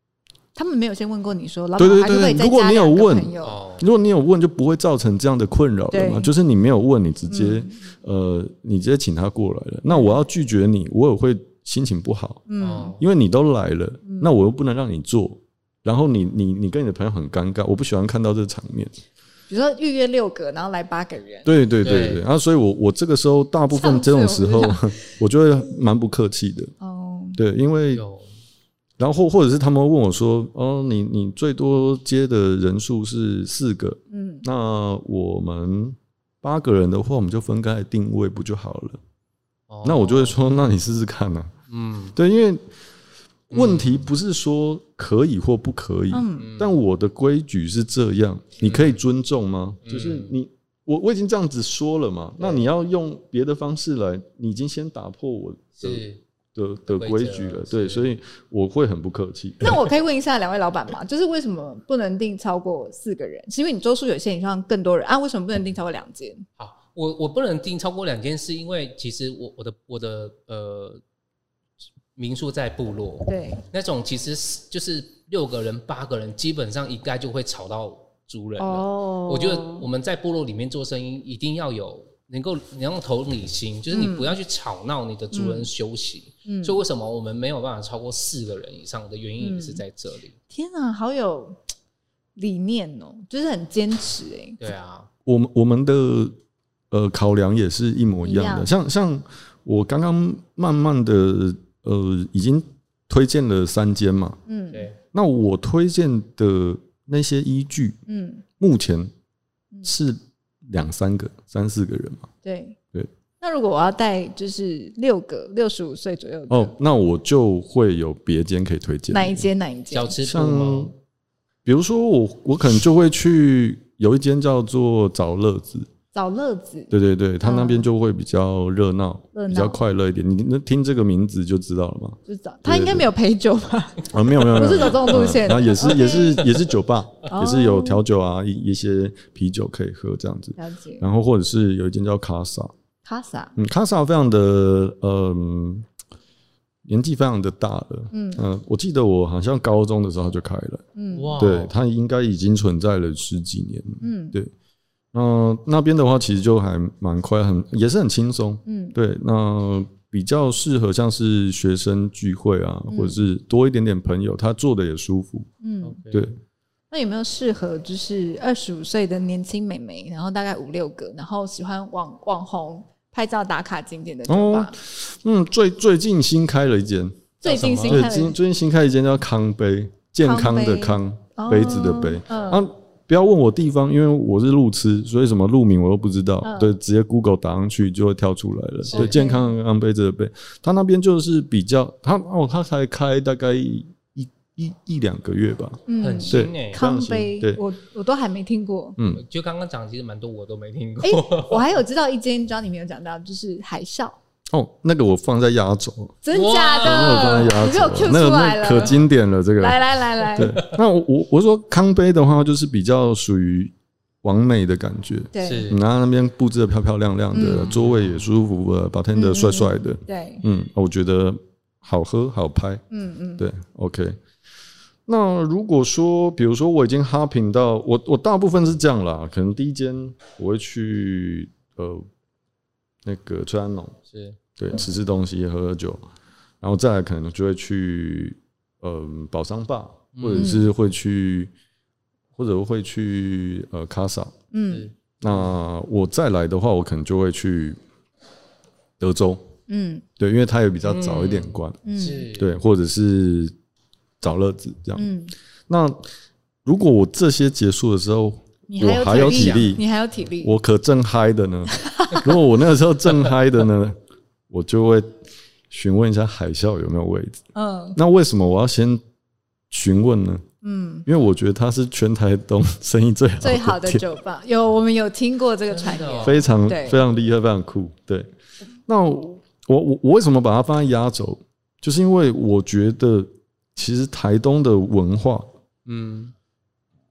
他们没有先问过你说，老板还可不可以再加两个朋友？ 如果你有问，就不会造成这样的困扰了嘛。就是你没有问，你直接、嗯、呃，你直接请他过来了。那我要拒绝你，我也会心情不好，嗯，因为你都来了，嗯、那我又不能让你做，然后你你你跟你的朋友很尴尬，我不喜欢看到这个场面。 比如说预约六个，然后来八个人， 对对对对，然后所以我我这个时候大部分这种时候，我就会蛮不客气的，哦，对，因为。然后或或者是他们会问我说：“哦，你你最多接的人数是四个，嗯，那我们八个人的话，我们就分开定位不就好了？”哦、那我就会说：“那你试试看啊。”嗯，对，因为问题不是说可以或不可以，嗯，但我的规矩是这样，你可以尊重吗？嗯、就是你我我已经这样子说了嘛，那你要用别的方式来，你已经先打破我的。的的规矩了，对，所以我会很不客气。 那我可以问一下两位老板吗？就是为什么不能订超过四个人？是因为你桌数有限，你希望更多人啊？为什么不能订超过两间？ 好，我我不能订超过两间，是因为其实我我的我的呃民宿在部落， 对， 那种其实就是六个人、八个人，基本上一概就会吵到族人了。哦，我觉得我们在部落里面做生意，一定要有。能够你要用同理心，就是你不要去吵闹你的族人休息、嗯嗯、所以为什么我们没有办法超过四个人以上的原因也是在这里、嗯、 天啊，好有理念哦，就是很坚持耶。 对啊， 我们我们的呃考量也是一模一样的，像像我刚刚慢慢的呃已经推荐了三间嘛，嗯，对，那我推荐的那些依据，嗯，目前是两三个、三四个人嘛？ 对对。 那如果我要带就是六个六十五岁左右的， 哦，那我就会有别间可以推荐。 哪一间？哪一间？ 小吃部吗？ 比如说我，我可能就会去有一间叫做找乐子。 找乐子， 对对对，他那边就会比较热闹，比较快乐一点。你听这个名字就知道了嘛。 就找他应该没有陪酒吧？ 啊，没有没有， 不是走这种路线。 然后也是也是也是酒吧，也是有调酒啊，一一些啤酒可以喝这样子。 了解。 然后或者是有一间叫卡萨， 卡萨， 嗯，卡萨非常的嗯。年纪非常的大了，嗯、呃，我记得我好像高中的时候就开了，嗯，哇，对，它应该已经存在了十几年，嗯，对，那那边的话其实就还蛮快，很也是很轻松，嗯，对，那比较适合像是学生聚会啊，嗯、或者是多一点点朋友，他做的也舒服，嗯，对。 那有没有适合就是二十五岁的年轻美眉，然后大概五六个，然后喜欢网网红？拍照打卡景点的酒吧，哦、 嗯，最最近新开了一间， 最近新开了， 最最近新开一间叫康杯，健康的康，杯, 杯子的杯。哦、啊，不要问我地方，因为我是路痴，所以什么路名我都不知道。嗯、对，直接 Google 打上去就会跳出来了。对，健康的康杯子的杯，他那边就是比较，他哦，他才开大概一一一两个月吧， 嗯，很新诶、欸。 康杯，对，我我都还没听过。 嗯，就刚刚讲，其实蛮多我都没听过。 欸、我还有知道一间，知道你没有讲到，就是海啸。 哦，那个我放在压轴， 真假的？ 我放在压轴，你给我 Q 出来了，那个可经典了。这个， 来来来来， 对，那我我我说康杯的话，就是比较属于完美的感觉， 对， 然后那边布置的漂漂亮亮的，嗯、座位也舒服的，bartender帅帅的， 对， 嗯，我觉得好喝好拍，嗯嗯，对 ，OK。那如果说，比如说我已经哈平到我，我大部分是这样啦，可能第一间我会去呃那个崔安农，是对吃吃东西喝喝酒，然后再来可能就会去呃宝商坝，或者是会去、嗯、或者会去呃卡萨，嗯，那我再来的话，我可能就会去德州，嗯，对，因为它也比较早一点关，嗯，是对，或者是。找乐子这样，嗯，那如果我这些结束的时候，我还有体力， 你还有体力， 我可正嗨的呢。如果我那个时候正嗨的呢，我就会询问一下海啸有没有位置。嗯，那为什么我要先询问呢？嗯，因为我觉得它是全台东生意最好的最好的酒吧。有，我们有听过这个传言， 非常非常厉害，非常酷。对，那我我我为什么把它放在压轴？就是因为我觉得。其实台东的文化，嗯，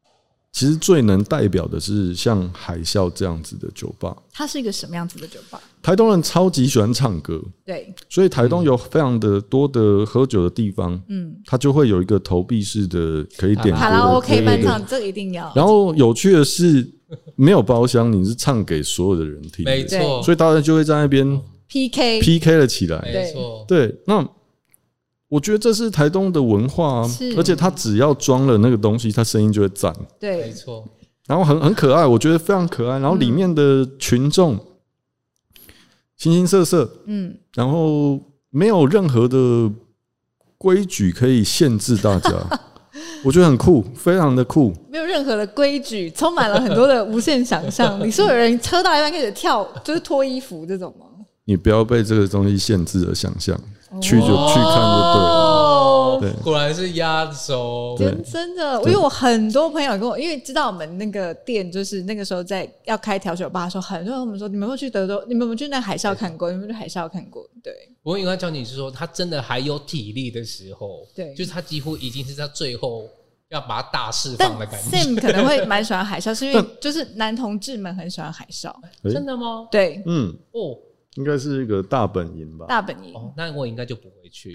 其实最能代表的是像海啸这样子的酒吧。 它是一个什么样子的酒吧？ 台东人超级喜欢唱歌， 对， 所以台东有非常的多的喝酒的地方，嗯，它就会有一个投币式的可以点歌的卡拉 OK 伴唱，这个一定要。 然后有趣的是，没有包厢，你是唱给所有的人听， 没错， 所以大家就会在那边 P K P K 了起来， 没错， 对，那。我觉得这是台东的文化啊，而且他只要装了那个东西，他声音就会赞。 对， 没错。 然后很很可爱，我觉得非常可爱。然后里面的群众形形色色，嗯，然后没有任何的规矩可以限制大家，我觉得很酷，非常的酷。 没有任何的规矩，充满了很多的无限想象。你说有人车到一半开始跳，就是脱衣服这种吗？ 你不要被这个东西限制了想象。去就去看就对了，对， 果然是压轴， 真真的，因为我很多朋友跟我，因为知道我们那个店就是那个时候在要开调酒吧的时候，很多人跟我们说，你们有没有去德州？你们有没有去那海啸看过？你们有没有去海啸看过？对， 我应该教你是说，他真的还有体力的时候，对，就是他几乎已经是在最后要把它大释放的感觉。 Sam 可能会蛮喜欢海啸，是因为就是男同志们很喜欢海啸， 真的吗？ 对， 嗯，哦。应该是一个大本营吧， 大本营、 哦，那我应该就不会去。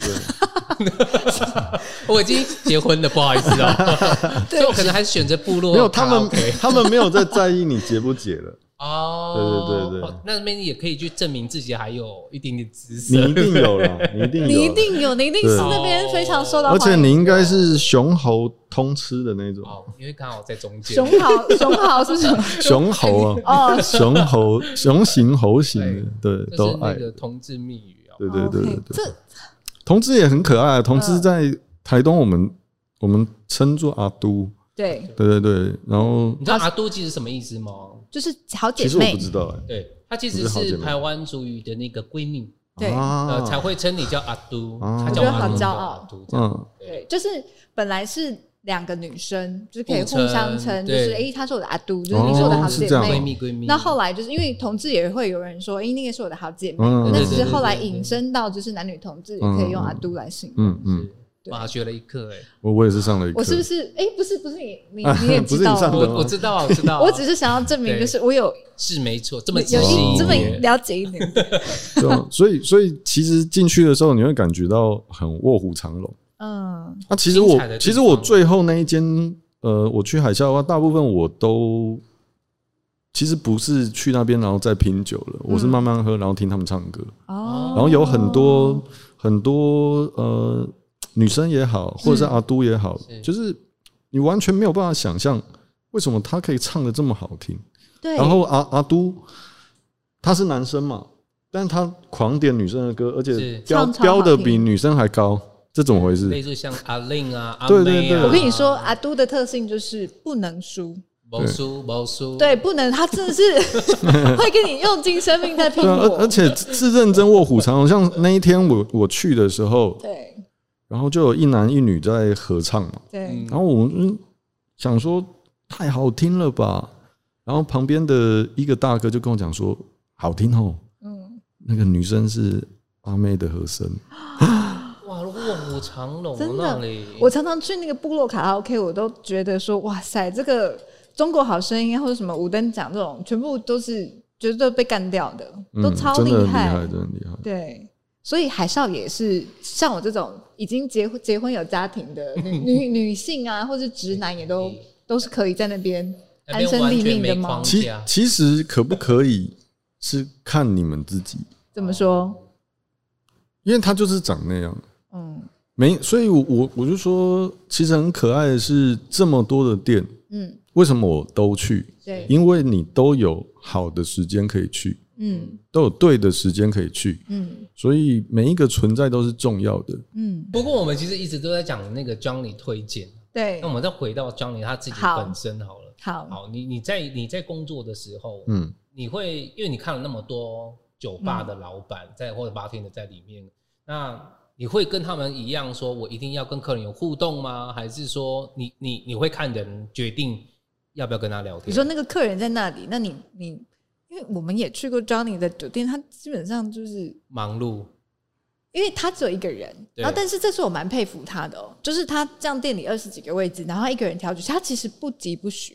我已经结婚了，不好意思啊、喔，所以我可能还是选择部落。 没有他们，他们没有在在意你结不结了。 哦， 对对对对， 哦、那边也可以去证明自己还有一点点姿色。 你一定有了，你一定有， 你一定有，你一定是那边非常受到欢迎， 而且你应该是熊猴通吃的那种， 哦，因为刚好在中间。 熊猴，熊猴是什么？ 熊猴啊，哦，熊猴，熊形猴形的，对，都爱。 那个同志密语啊， 对对对对对，这同志也很可爱，同志在台东我们我们称作阿都。 对对对对，然后你知道阿都其实什么意思吗？ 就是好姐妹。 其实我不知道哎、欸。 对，它其实是台湾族语的那个闺蜜， 对， 呃，才会称你叫阿都， 我觉得好骄傲。 嗯， 对，就是本来是两个女生，就是可以互相称，就是哎，她是我的阿都，就是你是我的好姐妹， 闺蜜闺蜜。 那后来就是因为同志也会有人说，哎，那个是我的好姐妹，那只是后来引申到就是男女同志也可以用阿都来形容。嗯嗯。 哇，学了一课哎！ 我我也是上了一课。 我是不是？哎、欸，不是不是你你你也知道？ 我我知道，我知道。 我只是想要证明，就是我有是没错，这么有一这么了解一点。 对啊，所以所以其实进去的时候，你会感觉到很卧虎藏龙。嗯，那、啊、其实我其实我最后那一间呃，我去海啸的话，大部分我都其实不是去那边然后再拼酒了，我是慢慢喝，然后听他们唱歌。哦，然后有很多很多呃。女生也好，或者是阿都也好，是就是你完全没有办法想象为什么他可以唱得这么好听。 对。 然后阿阿都他是男生嘛，但是他狂点女生的歌，而且标标的比女生还高，这怎么回事？ 类似像阿令啊，阿对对对。 我跟你说，阿都的特性就是不能输。 不输不输， 对，不能，他真的是会跟你用尽生命在拼搏， 而且是认真卧虎藏龙。像那一天我我去的时候， 对。 然后就有一男一女在合唱嘛， 对。 然后我们想说太好听了吧，然后旁边的一个大哥就跟我讲说好听哦，嗯，那个女生是阿妹的和声， 哇，卧虎藏龙， 真的。我常常去那个部落卡拉 OK， 我都觉得说哇塞，这个中国好声音或者什么五灯奖这种，全部都是绝对被干掉的，都超厉害， 真的厉害，真的厉害， 对。所以海啸也是像我这种已经结婚结婚有家庭的女女女性啊，或是直男也都都是可以在那边安身立命的吗？ 其其实可不可以是看你们自己。 怎么说？ 因为他就是长那样，嗯，没，所以我我我就说，其实很可爱的是这么多的店，嗯，为什么我都去？ 对， 因为你都有好的时间可以去。嗯，都有对的时间可以去，嗯，所以每一个存在都是重要的， 嗯。不过我们其实一直都在讲那个 Johnny 推荐， 对。 那我们再回到 Johnny 他自己本身好了， 好， 好，你你在你在工作的时候，嗯，你会因为你看了那么多酒吧的老板在或者吧厅的在里面，那你会跟他们一样说，我一定要跟客人有互动吗？还是说你你你会看人决定要不要跟他聊天？ 你说那个客人在那里，那你你。因为我们也去过 Johnny 的酒店，他基本上就是忙碌， 因为他只有一个人，然后但是这是我蛮佩服他的哦，就是他这样店里二十几个位置，然后一个人挑举，他其实不急不徐，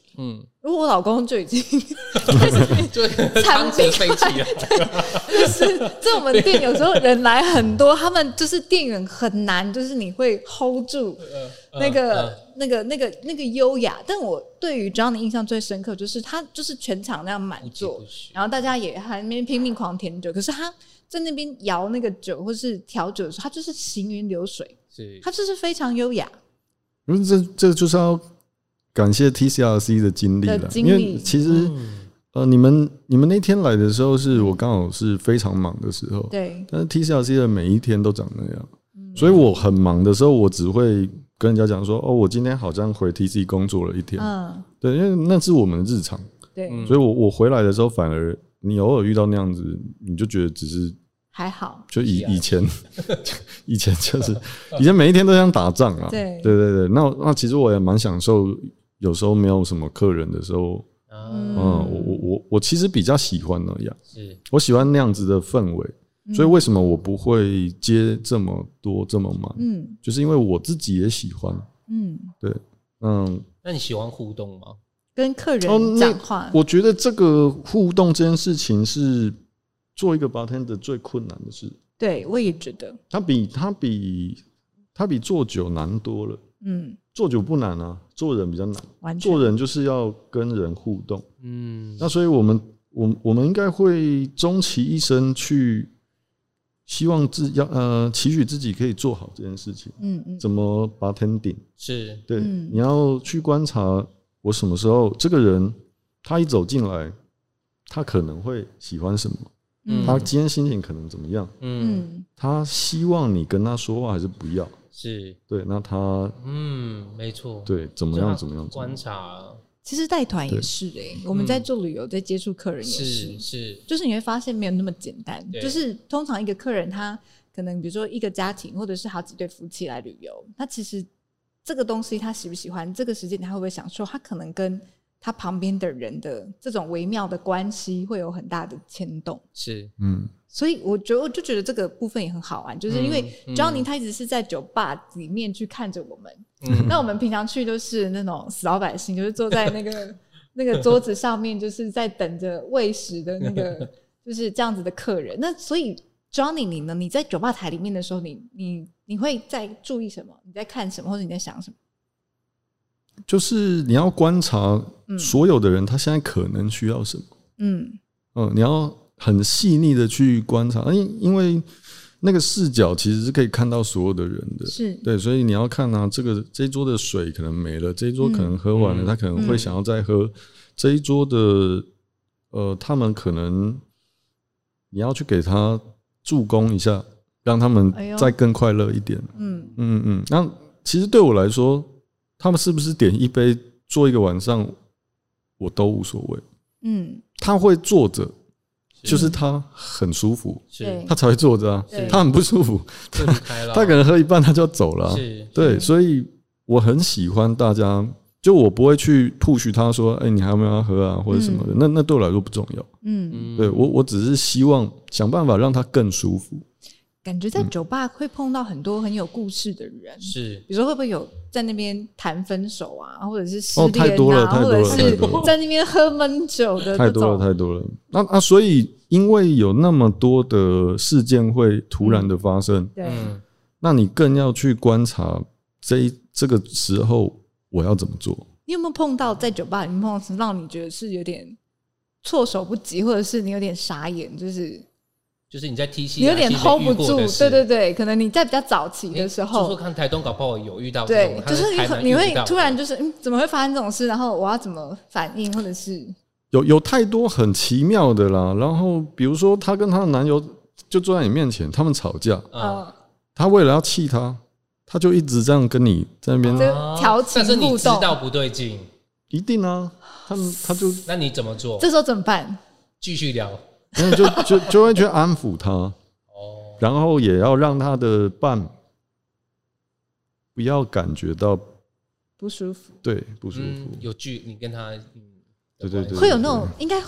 嗯，如果我老公就已经就长期飞起了， 就是在我们店有时候人来很多，他们就是店员很难，就是你会 hold 住那个、呃呃、那个那个那个优雅。但我对于 Johnny 印象最深刻，就是他就是全场那样满座，然后大家也还没拼命狂舔酒，可是他在那边摇那个酒或是调酒的时候，他就是行云流水，他就是非常优雅。 因为这这就是要感谢 T C R C 的经历了，因为其实、嗯、呃，你们你们那天来的时候，是我刚好是非常忙的时候， 对。 但是 T C R C 的每一天都长那样，嗯、所以我很忙的时候，我只会跟人家讲说，哦，我今天好像回 T C 工作了一天，嗯，对，因为那是我们的日常， 对， 所以我我回来的时候，反而你偶尔遇到那样子，你就觉得只是。 还好， 就以以前，以前就是以前每一天都像打仗啊。 对对对对，那那其实我也蛮享受，有时候没有什么客人的时候，嗯，嗯我我我我其实比较喜欢那样，是我喜欢那样子的氛围，所以为什么我不会接这么多这么忙？嗯，就是因为我自己也喜欢，嗯，对，嗯， 那你喜欢互动吗？ 跟客人讲话、哦， 我觉得这个互动这件事情是。做一个 bartender 最困难的事， 对我也觉得， 他比他比他比做酒难多了。嗯，做酒不难啊，做人比较难。做人就是要跟人互动。嗯，那所以我们我我们应该会终其一生去希望自要呃期许自己可以做好这件事情。嗯嗯，怎么 bartending 是对、嗯，你要去观察我什么时候这个人他一走进来，他可能会喜欢什么。嗯、他今天心情可能怎么样？嗯，他希望你跟他说话还是不要？ 是对，那他嗯，没错， 对，怎么样？怎么样？ 观察， 其实带团也是哎、欸，我们在做旅游，在接触客人也是， 是是， 就是你会发现没有那么简单。就是通常一个客人他可能比如说一个家庭或者是好几对夫妻来旅游，他其实这个东西他喜不喜欢，这个时间他会不会享受，他可能跟他旁边的人的这种微妙的关系会有很大的牵动， 是， 嗯，所以我觉得我就觉得这个部分也很好玩，就是因为 Johnny 他一直是在酒吧里面去看着我们，嗯，那我们平常去都是那种死老百姓，就是坐在那个那个桌子上面，就是在等着喂食的那个，就是这样子的客人。那所以 Johnny 你呢？你在酒吧台里面的时候，你你你会在注意什么？你在看什么，或者你在想什么？ 就是你要观察所有的人，他现在可能需要什么。嗯，嗯，你要很细腻的去观察，因因为那个视角其实是可以看到所有的人的， 是对，所以你要看啊，这个这一桌的水可能没了，这一桌可能喝完了，嗯、他可能会想要再喝。嗯、这一桌的呃，他们可能你要去给他助攻一下，让他们再更快乐一点。嗯嗯嗯，那其实对我来说。他们是不是点一杯做一个晚上，我都无所谓。嗯，他会坐着，就是他很舒服，他才会坐着啊。他很不舒服，他, 他可能喝一半他就要走了、啊。对，所以我很喜欢大家，就我不会去 push 他说，哎、欸，你还有没有要喝啊，或者什么的。嗯、那那对我来说不重要。嗯，对我我只是希望想办法让他更舒服。 感觉在酒吧会碰到很多很有故事的人， 是， 比如说会不会有在那边谈分手啊，或者是失恋啊， 哦、太多了太多了， 或者是在那边喝闷酒的， 太多了太多了。那啊，所以因为有那么多的事件会突然的发生， 嗯、对， 那你更要去观察这一这个时候我要怎么做。 你有没有碰到在酒吧里面碰到让你觉得是有点措手不及，或者是你有点傻眼，就是？ 就是你在 T C， 你有点 hold 不住，对对对，可能你在比较早期的时候， 就说看台东搞不好有遇到这种，对，就是你你会突然就是、嗯、怎么会发生这种事，然后我要怎么反应，或者是有有太多很奇妙的啦。然后比如说她跟她的男友就坐在你面前，他们吵架，嗯，他为了要气他，他就一直这样跟你在那边调情互动，但是你知道不对劲， 一定啊，他们他就那你怎么做？ 这时候怎么办？ 继续聊。 就就就会去安抚他，哦，然后也要让他的伴不要感觉到不舒服， 对，不舒服。 嗯、有距，你跟他，嗯， 对对 对, 对， 会有那种应该会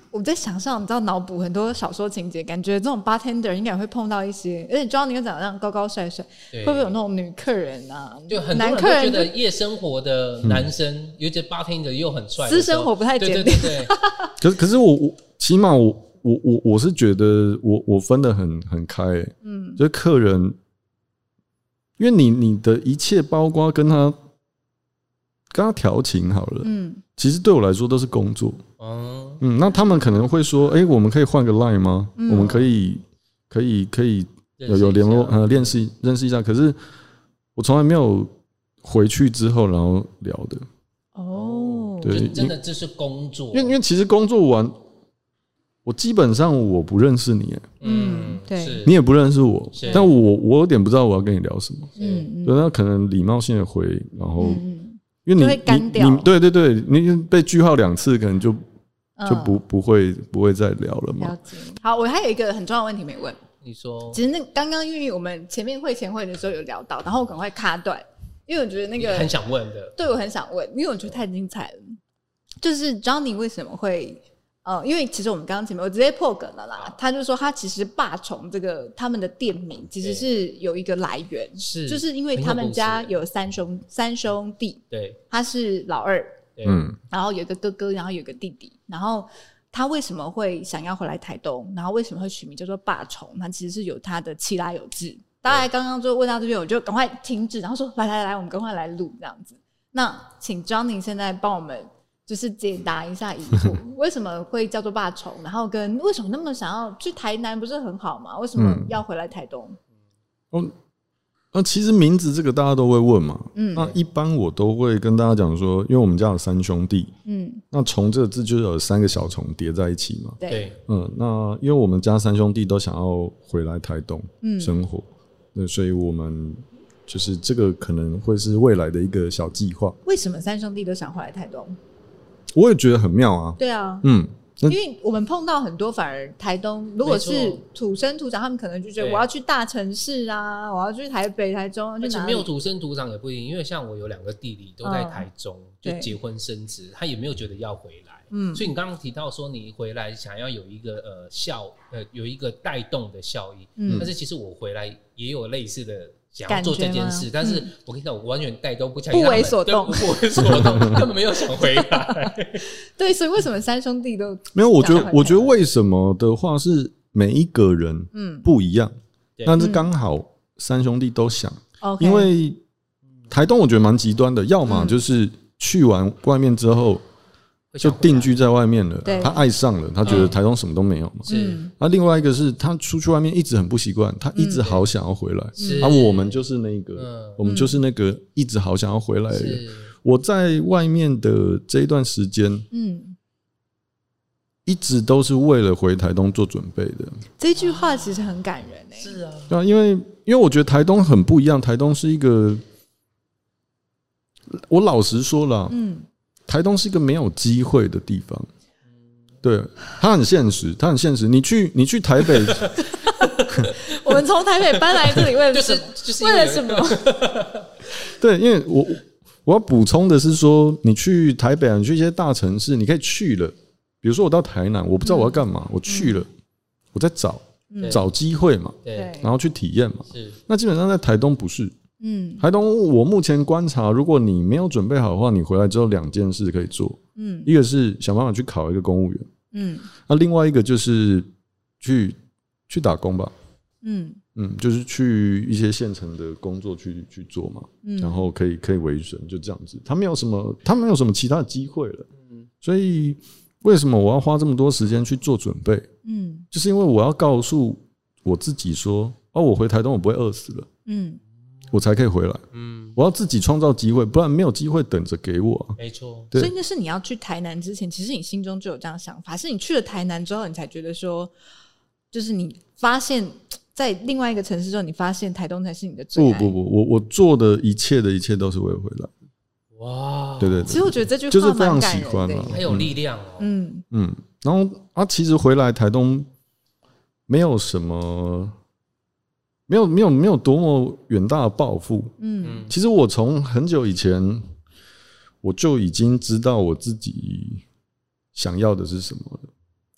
我在想象，你知道脑补很多小说情节，感觉这种 bartender 应该会碰到一些，而且 Johnny 又长得这样高高帅帅，会不会有那种女客人啊？ 就很多人都觉得夜生活的男生，嗯、尤其 bartender 又很帅， 私生活不太检点。 对对对对可是可是我我起码我我我我是觉得我我分得很很开、欸，嗯，就是客人，因为你你的一切包括跟他跟他调情好了，嗯。其实对我来说都是工作，嗯，嗯那他们可能会说，哎、欸，我们可以换个 line 吗？嗯、我们可以可以可以有有联络呃练习认识一下。可是我从来没有回去之后然后聊的。 哦，对，真的这是工作， 因为因为其实工作完，我基本上我不认识你， 嗯，对， 你也不认识我，但我我有点不知道我要跟你聊什么，嗯，对，那可能礼貌性的回，然后。嗯因为你会干掉， 你对对对，你被句号两次，可能就就不不会不会再聊了嘛。 了解。好，我还有一个很重要的问题没问。 你说， 其实那刚刚因为我们前面会前会的时候有聊到，然后我赶快卡断，因为我觉得那个很想问的， 对我很想问，因为我觉得太精彩了。就是 Johnny 为什么会？呃，因为其实我们刚刚前面我直接破梗了啦，他就说他其实霸宠这个他们的店名其实是有一个来源，是就是因为他们家有三兄三兄弟， 对， 他是老二， 嗯， 然后有一个哥哥，然后有一个弟弟，然后他为什么会想要回来台东，然后为什么会取名叫做霸宠，他其实是有他的其来有志。大概刚刚就问到这边，我就赶快停止，然后说来来来，我们赶快来录这样子。那请 Johnny 现在帮我们。就是解答一下疑惑，为什么会叫做霸宠？然后跟为什么那么想要去台南，不是很好吗？为什么要回来台东？ 嗯、哦，那其实名字这个大家都会问嘛。嗯，那一般我都会跟大家讲说，因为我们家有三兄弟，嗯，那虫这个字就有三个小虫叠在一起嘛。 对， 嗯，那因为我们家三兄弟都想要回来台东生活，那、嗯、所以我们就是这个可能会是未来的一个小计划。 为什么三兄弟都想回来台东？ 我也觉得很妙啊。 对啊， 嗯， 因为我们碰到很多，反而台东如果是土生土长，他们可能就觉得我要去大城市啊，我要去台北、台中， 而且没有土生土长也不一定，因为像我有两个弟弟都在台中，嗯、就结婚生子，他也没有觉得要回来。嗯，所以你刚刚提到说你回来想要有一个呃效呃有一个带动的效益，嗯，但是其实我回来也有类似的。想要做这件事，但是我跟你讲，我完全带都不不为所动， 不为所动，根本没有想回来。 对，所以为什么三兄弟都没有？我觉得，我觉得为什么的话是每一个人不一样，嗯、但是刚好三兄弟都想，嗯、因为台东我觉得蛮极端的，要么就是去完外面之后。就定居在外面了，他爱上了，他觉得台东什么都没有嘛。 是， 那另外一个是他出去外面一直很不习惯，他一直好想要回来。是，而我们就是那个，我们就是那个一直好想要回来的人。我在外面的这一段时间，嗯，一直都是为了回台东做准备的。 这句话其实很感人欸。 是啊， 对啊，因为因为我觉得台东很不一样，台东是一个，我老实说了，嗯。台东是一个没有机会的地方，对，它很现实，它很现实。你去，你去台北， 我们从台北搬来这里为了什么？ 就是就是为了什么？ 对，因为我我要补充的是说，你去台北啊，你去一些大城市，你可以去了。比如说我到台南，我不知道我要干嘛，嗯、我去了，嗯、我在找、嗯、找机会嘛， 对， 然后去体验嘛。 是， 那基本上在台东不是。嗯，台东我目前观察，如果你没有准备好的话，你回来之后两件事可以做。嗯，一个是想办法去考一个公务员，嗯，那另外一个就是去去打工吧。嗯嗯，就是去一些现成的工作去去做嘛，嗯，然后可以可以维生，就这样子。他没有什么，他没有什么其他的机会了。嗯，所以为什么我要花这么多时间去做准备？嗯，就是因为我要告诉我自己说，哦，我回台东我不会饿死了。嗯。我才可以回来，嗯，我要自己创造机会，不然没有机会等着给我、啊。 没错， 所以那是你要去台南之前，其实你心中就有这样想法，是你去了台南之后，你才觉得说，就是你发现，在另外一个城市之后，你发现台东才是你的最爱。 不不不，我我做的一切的一切都是为了回来。 哇， 对对对， 其实我觉得这句话就是非常喜欢了， 很有力量哦。 嗯嗯，然后啊，其实回来台东没有什么。没有没有没有多么远大的抱负，嗯，其实我从很久以前我就已经知道我自己想要的是什么了，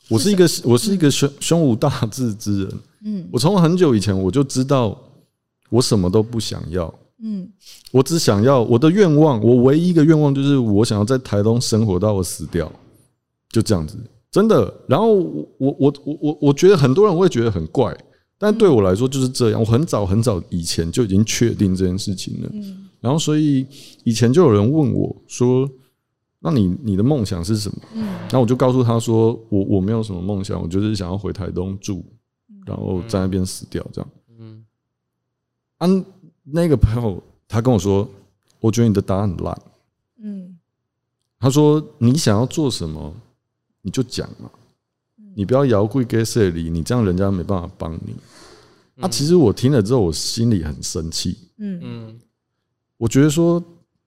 我是一个我是一个胸胸无大志之人。嗯，我从很久以前我就知道我什么都不想要。嗯，我只想要我的愿望，我唯一一个愿望就是我想要在台东生活到我死掉，就这样子，真的。然后我我我我我觉得很多人会觉得很怪，但对我来说就是这样。我很早很早以前就已经确定这件事情了。嗯，然后所以以前就有人问我说：“那你你的梦想是什么？”嗯，然后我就告诉他说：“我我没有什么梦想，我就是想要回台东住，然后在那边死掉这样。”嗯，啊。那个朋友他跟我说：“我觉得你的答案很烂。”嗯，他说：“你想要做什么，你就讲嘛，你不要摇柜给谁里，你这样人家没办法帮你。”啊，其实我听了之后，我心里很生气。嗯嗯，我觉得说，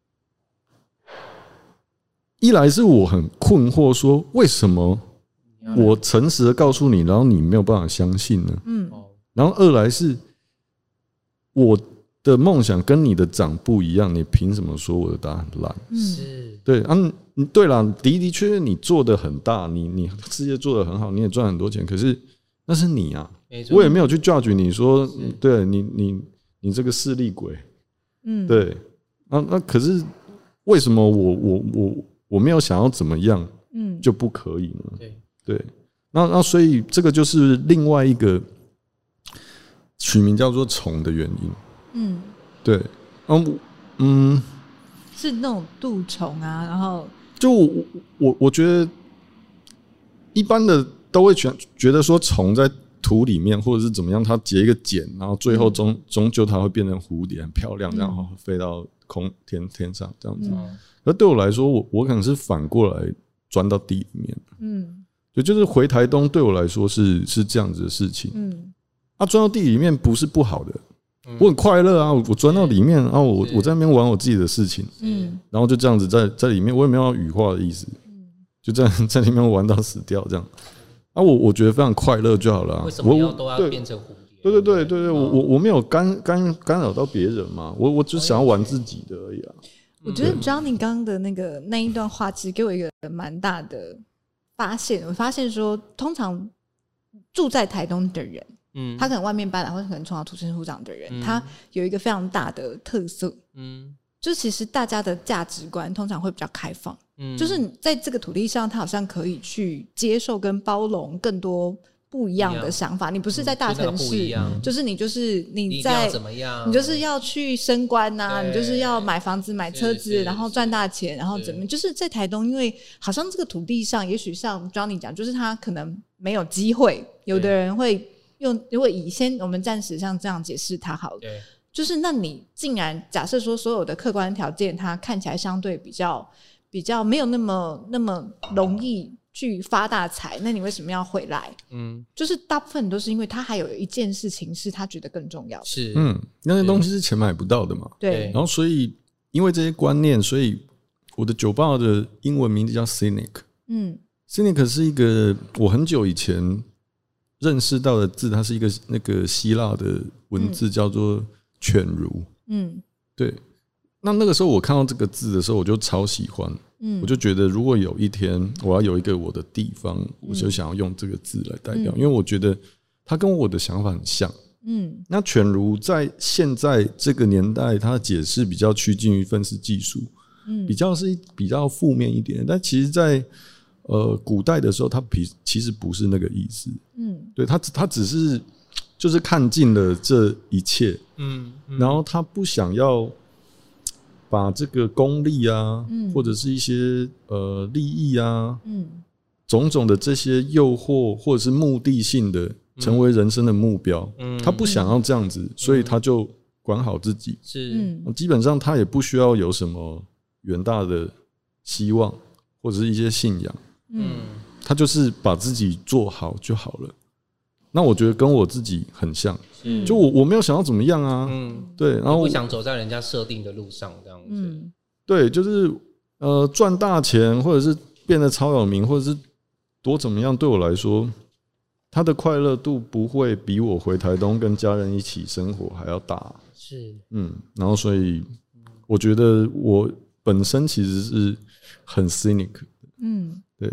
一来是我很困惑，说为什么我诚实的告诉你，然后你没有办法相信呢？嗯，然后二来是我的梦想跟你的长不一样，你凭什么说我的答案很烂？是，对啊，对啦，的的确确你做的很大，你你事业做的很好，你也赚很多钱，可是那是你啊，我也没有去 judge 你说，对你你你这个势利鬼，嗯，对，那那可是为什么我我我我没有想要怎么样，嗯，就不可以呢？对对，那那所以这个就是另外一个取名叫做虫的原因。嗯，对，嗯嗯， 是那种蠹虫啊，然后就我我我觉得一般的都会觉得说虫在土里面或者是怎么样，它结一个茧，然后最后终终究它会变成蝴蝶，很漂亮，然后飞到空天天上这样子。而对我来说，我我可能是反过来钻到地里面，嗯，就就是回台东对我来说是是这样子的事情，嗯，啊，钻到地里面不是不好的。我很快乐啊！我钻到里面，然后我我在那边玩我自己的事情，嗯，然后就这样子在在里面，我也没有要羽化的意思，嗯，就这样在里面玩到死掉这样。啊，我我觉得非常快乐就好了、啊。 为什么要都要变成蝴蝶？ 对对对对对，我我我没有干干干扰到别人嘛，我我只想要玩自己的而已啊。 我觉得 Johnny 刚刚的那个那一段话，其实给我一个蛮大的发现。我发现说，通常住在台东的人。嗯，他可能外面搬来，或者可能从小土生土长的人，嗯、他有一个非常大的特色，嗯，就其实大家的价值观通常会比较开放，嗯，就是你在这个土地上，他好像可以去接受跟包容更多不一样的想法。你不是在大城市，嗯、就是你就是你在怎么样， 你就是要去升官呐、啊，你就是要买房子、买车子，然后赚大钱，然后怎么？就是在台东，因为好像这个土地上，也许像 Johnny 讲，就是他可能没有机会，有的人会。用如果以先我们暂时像这样解释它好了，就是那你竟然假设说所有的客观条件它看起来相对比较比较没有那么那么容易去发大财，那你为什么要回来？嗯，就是大部分都是因为他还有一件事情是他觉得更重要的， 是嗯，那些东西是钱买不到的嘛， 对。 然后所以因为这些观念，所以我的酒吧的英文名字叫 Cynic， 嗯 ，Cynic 是一个我很久以前。认识到的字，它是一个那个希腊的文字，叫做“犬儒”。嗯，对。那那个时候我看到这个字的时候，我就超喜欢。嗯，我就觉得如果有一天我要有一个我的地方，我就想要用这个字来代表，因为我觉得它跟我的想法很像。嗯，那“犬儒”在现在这个年代，它的解释比较趋近于分析技术，嗯，比较是比较负面一点，但其实在。呃，古代的时候，他其实不是那个意思。嗯，对他，他只是就是看尽了这一切。嗯，嗯然后他不想要把这个功利啊，嗯、或者是一些呃利益啊，嗯，种种的这些诱惑或者是目的性的，成为人生的目标。嗯，他不想要这样子，所以他就管好自己。 是， 嗯，基本上他也不需要有什么远大的希望或者是一些信仰。嗯，他就是把自己做好就好了。那我觉得跟我自己很像，就我我没有想要怎么样啊，嗯，对，然后不想走在人家设定的路上这样子，嗯， 对，就是呃赚大钱或者是变得超有名，或者是多怎么样，对我来说，他的快乐度不会比我回台东跟家人一起生活还要大， 是， 嗯，然后所以我觉得我本身其实是很 cynic 的，嗯。对，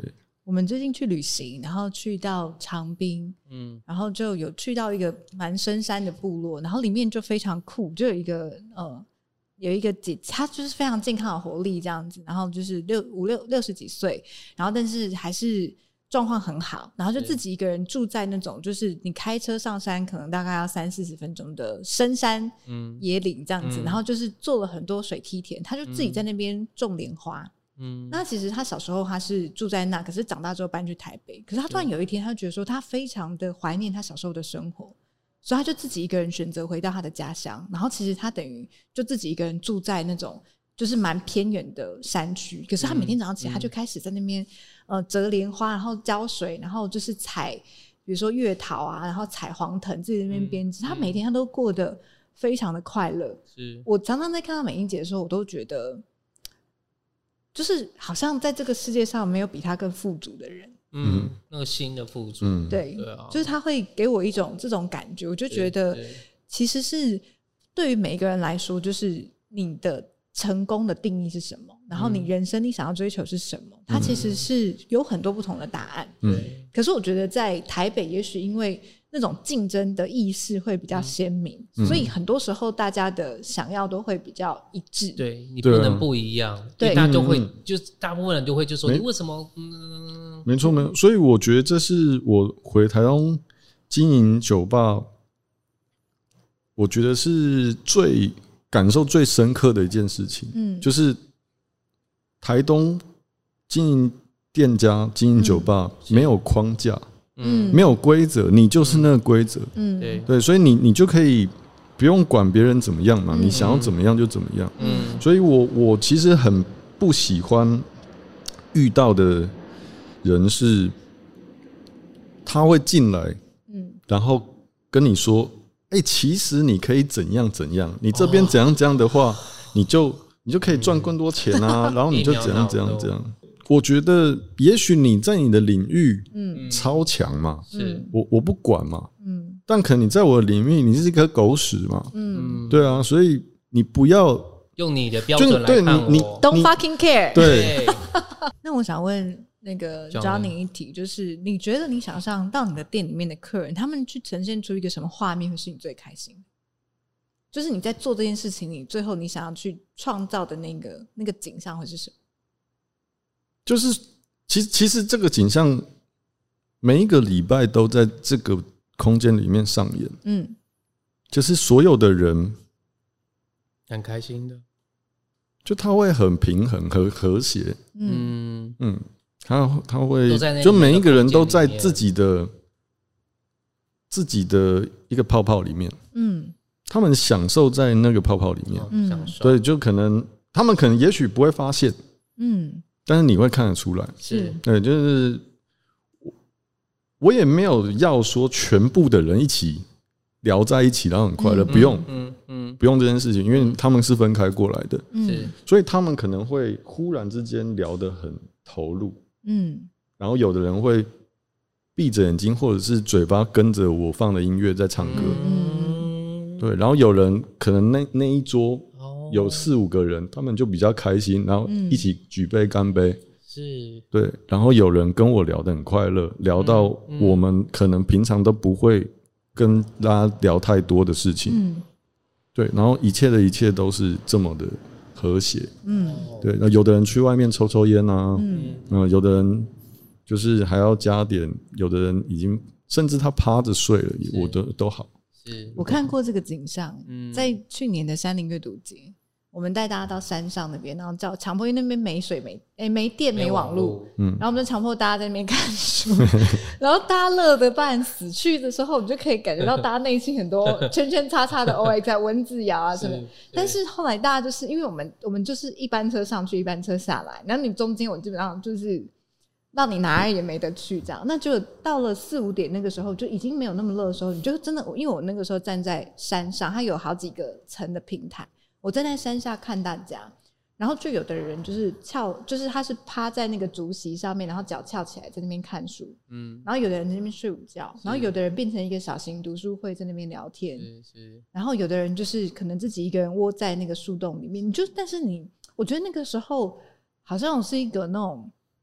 我们最近去旅行，然后去到长滨，嗯，然后就有去到一个蛮深山的部落，然后里面就非常酷，就有一个呃有一个姐，她就是非常健康的活力这样子，然后就是六五六六十几岁，然后但是还是状况很好，然后就自己一个人住在那种就是你开车上山可能大概要三四十分钟的深山野岭这样子，嗯，然后就是做了很多水梯田，他就自己在那边种莲花。嗯，那其实他小时候他是住在那，可是长大之后搬去台北，可是他突然有一天他觉得说他非常的怀念他小时候的生活，所以他就自己一个人选择回到他的家乡，然后其实他等于就自己一个人住在那种就是蛮偏远的山区，可是他每天早上起来他就开始在那边，嗯，呃折莲花，然后浇水，然后就是采比如说月桃啊，然后采黄藤自己在那边编织，嗯，他每天他都过得非常的快乐。是我常常在看到美英姐的时候，我都觉得就是好像在这个世界上没有比他更富足的人。 嗯，那个新的富足，嗯， 对，对啊，就是他会给我一种这种感觉，我就觉得其实是对于每一个人来说，就是你的成功的定义是什么，然后你人生你想要追求是什么，嗯，它其实是有很多不同的答案。嗯，可是我觉得在台北也许因为那种竞争的意识会比较鲜明，嗯，所以很多时候大家的想要都会比较一致。 对，你不能不一样，对，大家都会，嗯，就大部分人就会就说你为什么？嗯， 没错没错。所以我觉得这是我回台东经营酒吧，我觉得是最感受最深刻的一件事情。嗯，就是台东经营店家、经营酒吧，嗯，没有框架。嗯，没有规则，你就是那个规则。嗯，对对，所以你你就可以不用管别人怎么样嘛，嗯，你想要怎么样就怎么样。嗯，所以我我其实很不喜欢遇到的人是，他会进来，嗯，然后跟你说，哎，欸，其实你可以怎样怎样，你这边怎样怎样的话，哦，你就你就可以赚更多钱啊，嗯，然后你就怎样怎样怎样。我觉得也许你在你的领域超强嘛，嗯，我我不管嘛，嗯，但可能你在我的领域你是一颗狗屎嘛，嗯，对啊，所以你不要用你的标准来看我， 你 Don't fucking care。 对。 那我想问那个 Johnny 一题，就是你觉得你想象到你的店里面的客人，他们去呈现出一个什么画面会是你最开心的？就是你在做这件事情，你最后你想要去创造的那个那个景象会是什么？ 就是其实其实这个景象每一个礼拜都在这个空间里面上演，嗯，就是所有的人很开心的， 就他会很平衡和和谐，嗯嗯，他他会就每一个人都在自己的自己的一个泡泡里面，嗯，他们享受在那个泡泡里面，嗯，对，就可能他们可能也许不会发现，嗯。但是你会看得出来，是对，就是我也没有要说全部的人一起聊在一起，然后很快乐，嗯，不用，嗯嗯，不用这件事情，因为他们是分开过来的，嗯，所以他们可能会忽然之间聊得很投入，嗯，然后有的人会闭着眼睛，或者是嘴巴跟着我放的音乐在唱歌，嗯，对，然后有人可能那那一桌。有四五个人，他们就比较开心，然后一起举杯干杯，是，对，然后有人跟我聊得很快乐，聊到我们可能平常都不会跟大家聊太多的事情，嗯，对，然后一切的一切都是这么的和谐，嗯，对，那有的人去外面抽抽烟啊，嗯，呃，有的人就是还要加点，有的人已经甚至他趴着睡了，我都都好。 我看过这个景象，嗯，在去年的山林阅读节，我们带大家到山上那边，然后叫强迫那边没水没哎、欸、没电没网路，嗯，然后我们就强迫大家在那边看书，然后大家乐得半死，去的时候你就可以感觉到大家内心很多圈圈叉叉的 O X 在文字谣啊什么，但是后来大家就是因为我们我们就是一班车上去一班车下来，然后你中间我基本上就是让你哪也没得去这样，那就到了四五点那个时候就已经没有那么热的时候，你就真的因为我那个时候站在山上，它有好几个层的平台，我站在山下看大家，然后就有的人就是翘，就是他是趴在那个竹席上面，然后脚翘起来在那边看书，嗯，然后有的人在那边睡午觉，然后有的人变成一个小型读书会在那边聊天，是是，然后有的人就是可能自己一个人窝在那个树洞里面，你就但是你我觉得那个时候好像是一个那种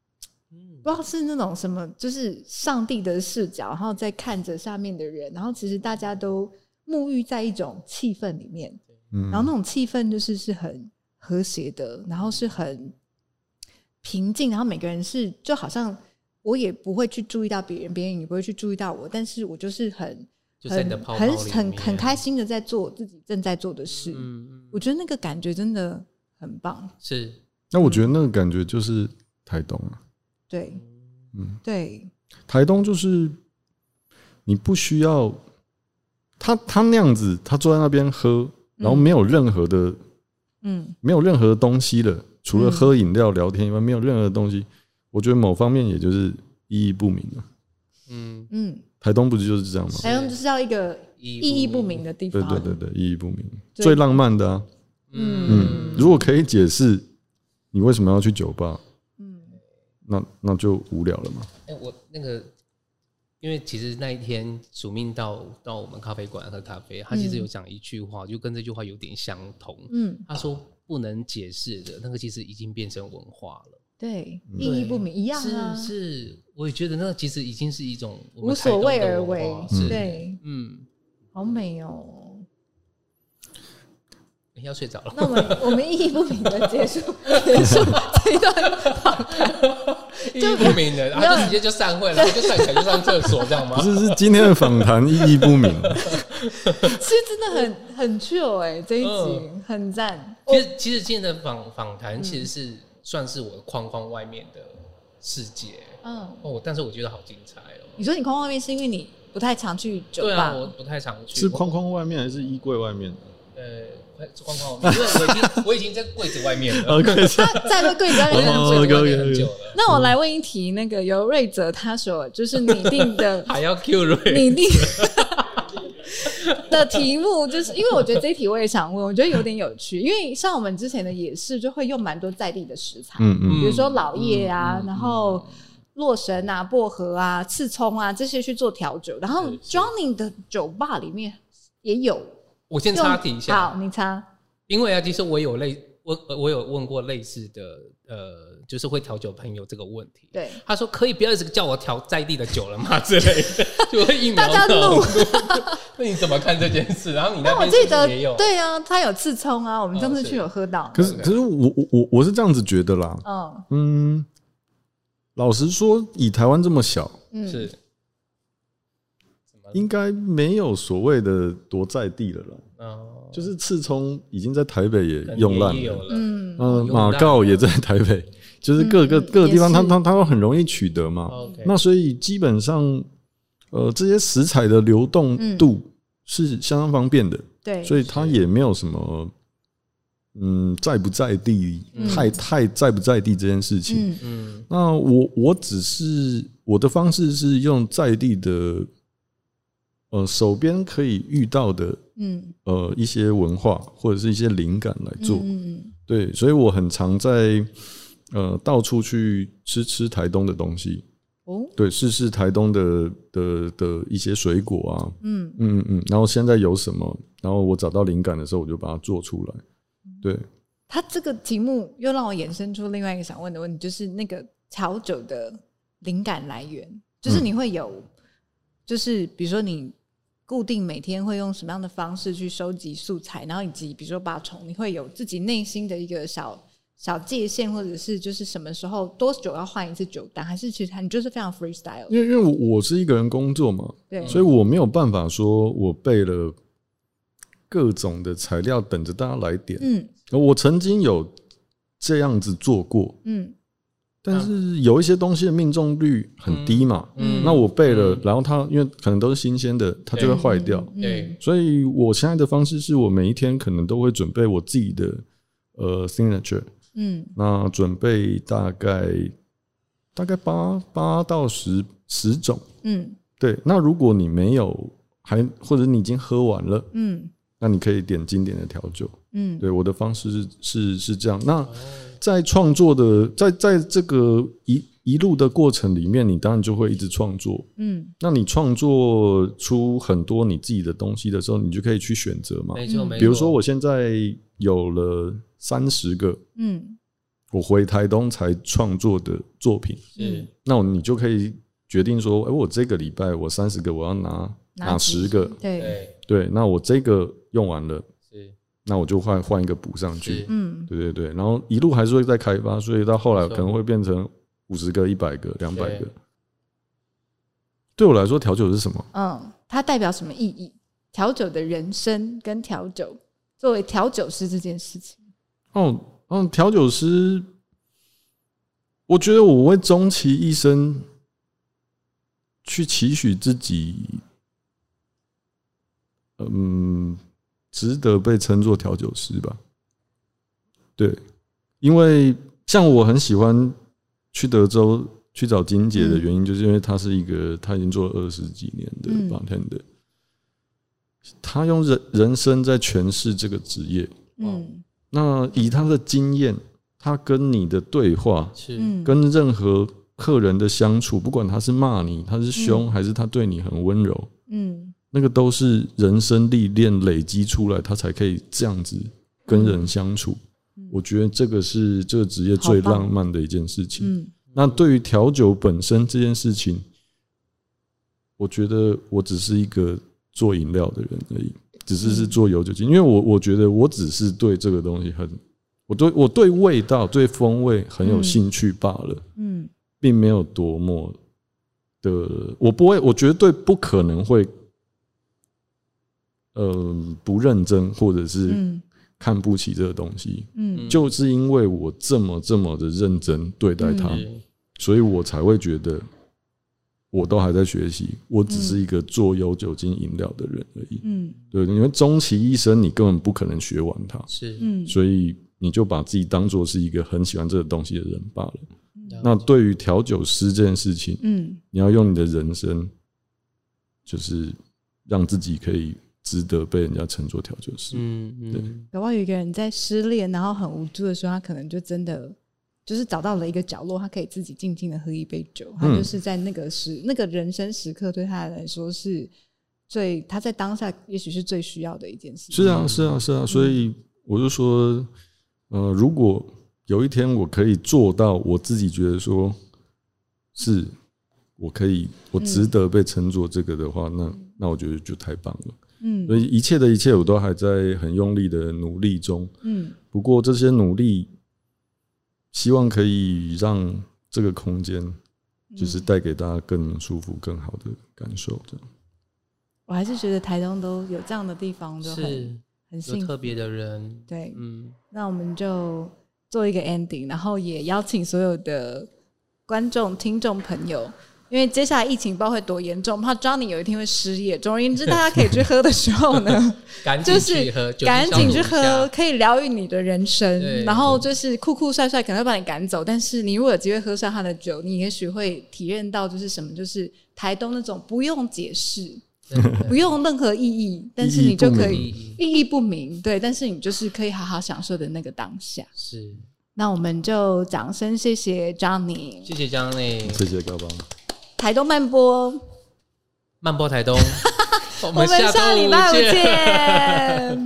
不知道是那种什么，就是上帝的视角，然后再看着下面的人，然后其实大家都沐浴在一种气氛里面，嗯，然后那种气氛就是是很和谐的，然后是很平静，然后每个人是就好像我也不会去注意到别人，别人也不会去注意到我，但是我就是很就在你的泡泡很很很开心的在做自己正在做的事，嗯，我觉得那个感觉真的很棒。 是， 那我觉得那个感觉就是台东啊。 对， 嗯， 对， 台东就是你不需要他他那样子，他坐在那边喝，然后没有任何的，嗯，没有任何的东西了，除了喝饮料聊天以外，没有任何的东西。我觉得某方面也就是意义不明了。嗯嗯，台东不是就是这样吗？ 台东就是要一个意义不明的地方。 对对对对，意义不明，最浪漫的啊。嗯嗯，如果可以解释你为什么要去酒吧。那那就无聊了嘛。 哎、欸，我那个，因为其实那一天署命到到我们咖啡馆喝咖啡，他其实有讲一句话，嗯、就跟这句话有点相同。嗯，他说不能解释的那个，其实已经变成文化了。 对，嗯、意义不明一样啊。 是是，我也觉得那个其实已经是一种无所谓而为。 是， 对，嗯，好美哦。 要睡着了， 那我们我们意义不明的结束结束这一段访谈， 意义不明的，然后就直接就散会了，然后就站起来就上厕所，这样吗？ 不是，是今天的访谈意义不明。 其实真的很很 chill 哎、欸，这一集、嗯、很赞。 其实其实今天的访访谈其实是算是我框框外面的世界，嗯哦，但是我觉得好精彩哦。 你说你框框外面是因为你不太常去酒吧？ 对啊，我不太常去。 是框框外面还是衣柜外面？ 呃。框框，因为我已经我已经在柜子外面了。 OK， 在柜子外面很久了。 那我来问一题，那个由瑞泽他所就是拟定的， 还要 Q 瑞拟定的题目，就是因为我觉得这一题我也想问，我觉得有点有趣，因为像我们之前的野市就会用蛮多在地的食材，嗯嗯，比如说老叶啊，嗯、然后洛神啊、薄荷啊、刺葱啊这些去做调酒，然后 Johnny 的酒吧里面也有。 我先插题一下， 好，你插。 因为啊，其实我有类我我有问过类似的，呃，就是会调酒朋友这个问题。 对， 他说可以不要一直叫我调在地的酒了吗？之类的，就会一秒大家录。 那你怎么看这件事？然后你那边我记得也有， 对啊，他有刺葱啊，我们上次去有喝到。 可是可是我我我是这样子觉得啦，嗯嗯，老实说，以台湾这么小， 嗯是。 应该没有所谓的多在地了啦，哦、就是刺葱已经在台北也用烂了，了嗯，呃，马告也在台北，就是各个、嗯、各个地方它它它都很容易取得嘛，哦 okay、那所以基本上，呃，这些食材的流动度是相当方便的，对、嗯，所以它也没有什么，嗯，在不在地，嗯、太太在不在地这件事情，嗯嗯，那我我只是我的方式是用在地的。呃，手边可以遇到的，嗯，呃，一些文化或者是一些灵感来做，嗯，对，所以我很常在呃到处去吃吃台东的东西，哦，对，试试台东的的的一些水果啊，嗯嗯嗯，然后现在有什么，然后我找到灵感的时候，我就把它做出来，对。 他这个题目又让我衍生出另外一个想问的问题，就是那个调酒的灵感来源，就是你会有。嗯就是比如说你固定每天会用什么样的方式去收集素材，然后以及比如说把虫，你会有自己内心的一个小小界限，或者是就是什么时候多久要换一次酒单，还是其实你就是非常 freestyle？ 因为因为我是一个人工作嘛，对，所以我没有办法说我备了各种的材料等着大家来点。嗯，我曾经有这样子做过，嗯。但是有一些东西的命中率很低嘛，嗯嗯、那我备了，嗯、然后它因为可能都是新鲜的，它就会坏掉。对，所以我现在的方式是我每一天可能都会准备我自己的呃 signature， 嗯，那准备大概大概八八到十十种，嗯，对。那如果你没有还或者你已经喝完了，嗯，那你可以点经典的调酒，嗯，对，我的方式是是是这样。那在创作的，在在这个一一路的过程里面，你当然就会一直创作。嗯，那你创作出很多你自己的东西的时候，你就可以去选择嘛。 没错，没错。 比如说，我现在有了三十个，嗯， 我回台东才创作的作品， 嗯， 那你就可以决定说，哎、欸，我这个礼拜我三十个，我要拿拿十个， 对对，那我这个用完了，是，那我就换换一个补上去，嗯，对对对，然后一路还是会再开发，所以到后来可能会变成五十个、一百个、两百个。对我来说，调酒是什么？ 嗯，它代表什么意义？调酒的人生跟调酒，作为调酒师这件事情。 哦，嗯，调酒师，我觉得我会终其一生去期许自己，嗯，值得被称作调酒师吧。对，因为像我很喜欢去德州去找金姐的原因，就是因为他是一个他已经做了二十几年的 bartender，、嗯、他用人人生在诠释这个职业。嗯，那以他的经验，他跟你的对话，是跟任何客人的相处，不管他是骂你，他是凶，还是他对你很温柔，嗯，那个都是人生历练累积出来，他才可以这样子跟人相处。嗯、我觉得这个是这个职业最浪漫的一件事情。嗯，那对于调酒本身这件事情，我觉得我只是一个做饮料的人而已，只是是做有酒精，因为我我觉得我只是对这个东西很，我对我对味道、对风味很有兴趣罢了。嗯，并没有多么的，我不会，我绝对不可能会，呃，不认真或者是看不起这个东西。嗯，就是因为我这么这么的认真对待它。嗯，所以我才会觉得我都还在学习，我只是一个做有酒精饮料的人而已。嗯，对，因为终其一生你根本不可能学完它，是，嗯，所以你就把自己当作是一个很喜欢这个东西的人罢了。嗯，那对于调酒师这件事情，嗯，你要用你的人生，就是让自己可以值得被人家称作调酒师。嗯嗯，对。 搞不好有一个人在失恋然后很无助的时候，他可能就真的就是找到了一个角落，他可以自己静静的喝一杯酒，他就是在那个时、嗯、那个人生时刻对他来说是最，他在当下也许是最需要的一件事情。 是啊是啊是啊，所以我就说，呃，如果有一天我可以做到我自己觉得说是我可以，我值得被称作这个的话，嗯、那那我觉得就太棒了。嗯，所以一切的一切我都还在很用力的努力中。嗯，不过这些努力，希望可以让这个空间就是带给大家更舒服、更好的感受。这样， 我还是觉得台东都有这样的地方，就很是很幸福， 有特别的人。 对，嗯，那我们就做一个 ending， 然后也邀请所有的观众、听众朋友。因为接下来疫情不知道会多严重，怕 Johnny 有一天会失业。总而言之，大家可以去喝的时候呢， 赶紧去喝， 赶紧去喝，可以疗愈你的人生。然后就是酷酷帅帅可能会把你赶走，但是你如果有机会喝上他的酒，你也许会体验到就是什么，就是台东那种不用解释、不用任何意义，但是你就可以意义不明，对，但是你就是可以好好享受的那个当下。 是， 那我们就掌声谢谢 Johnny， 谢谢 Johnny， 谢谢高邦。 台东慢播， 慢播台东， 我们下礼拜五见。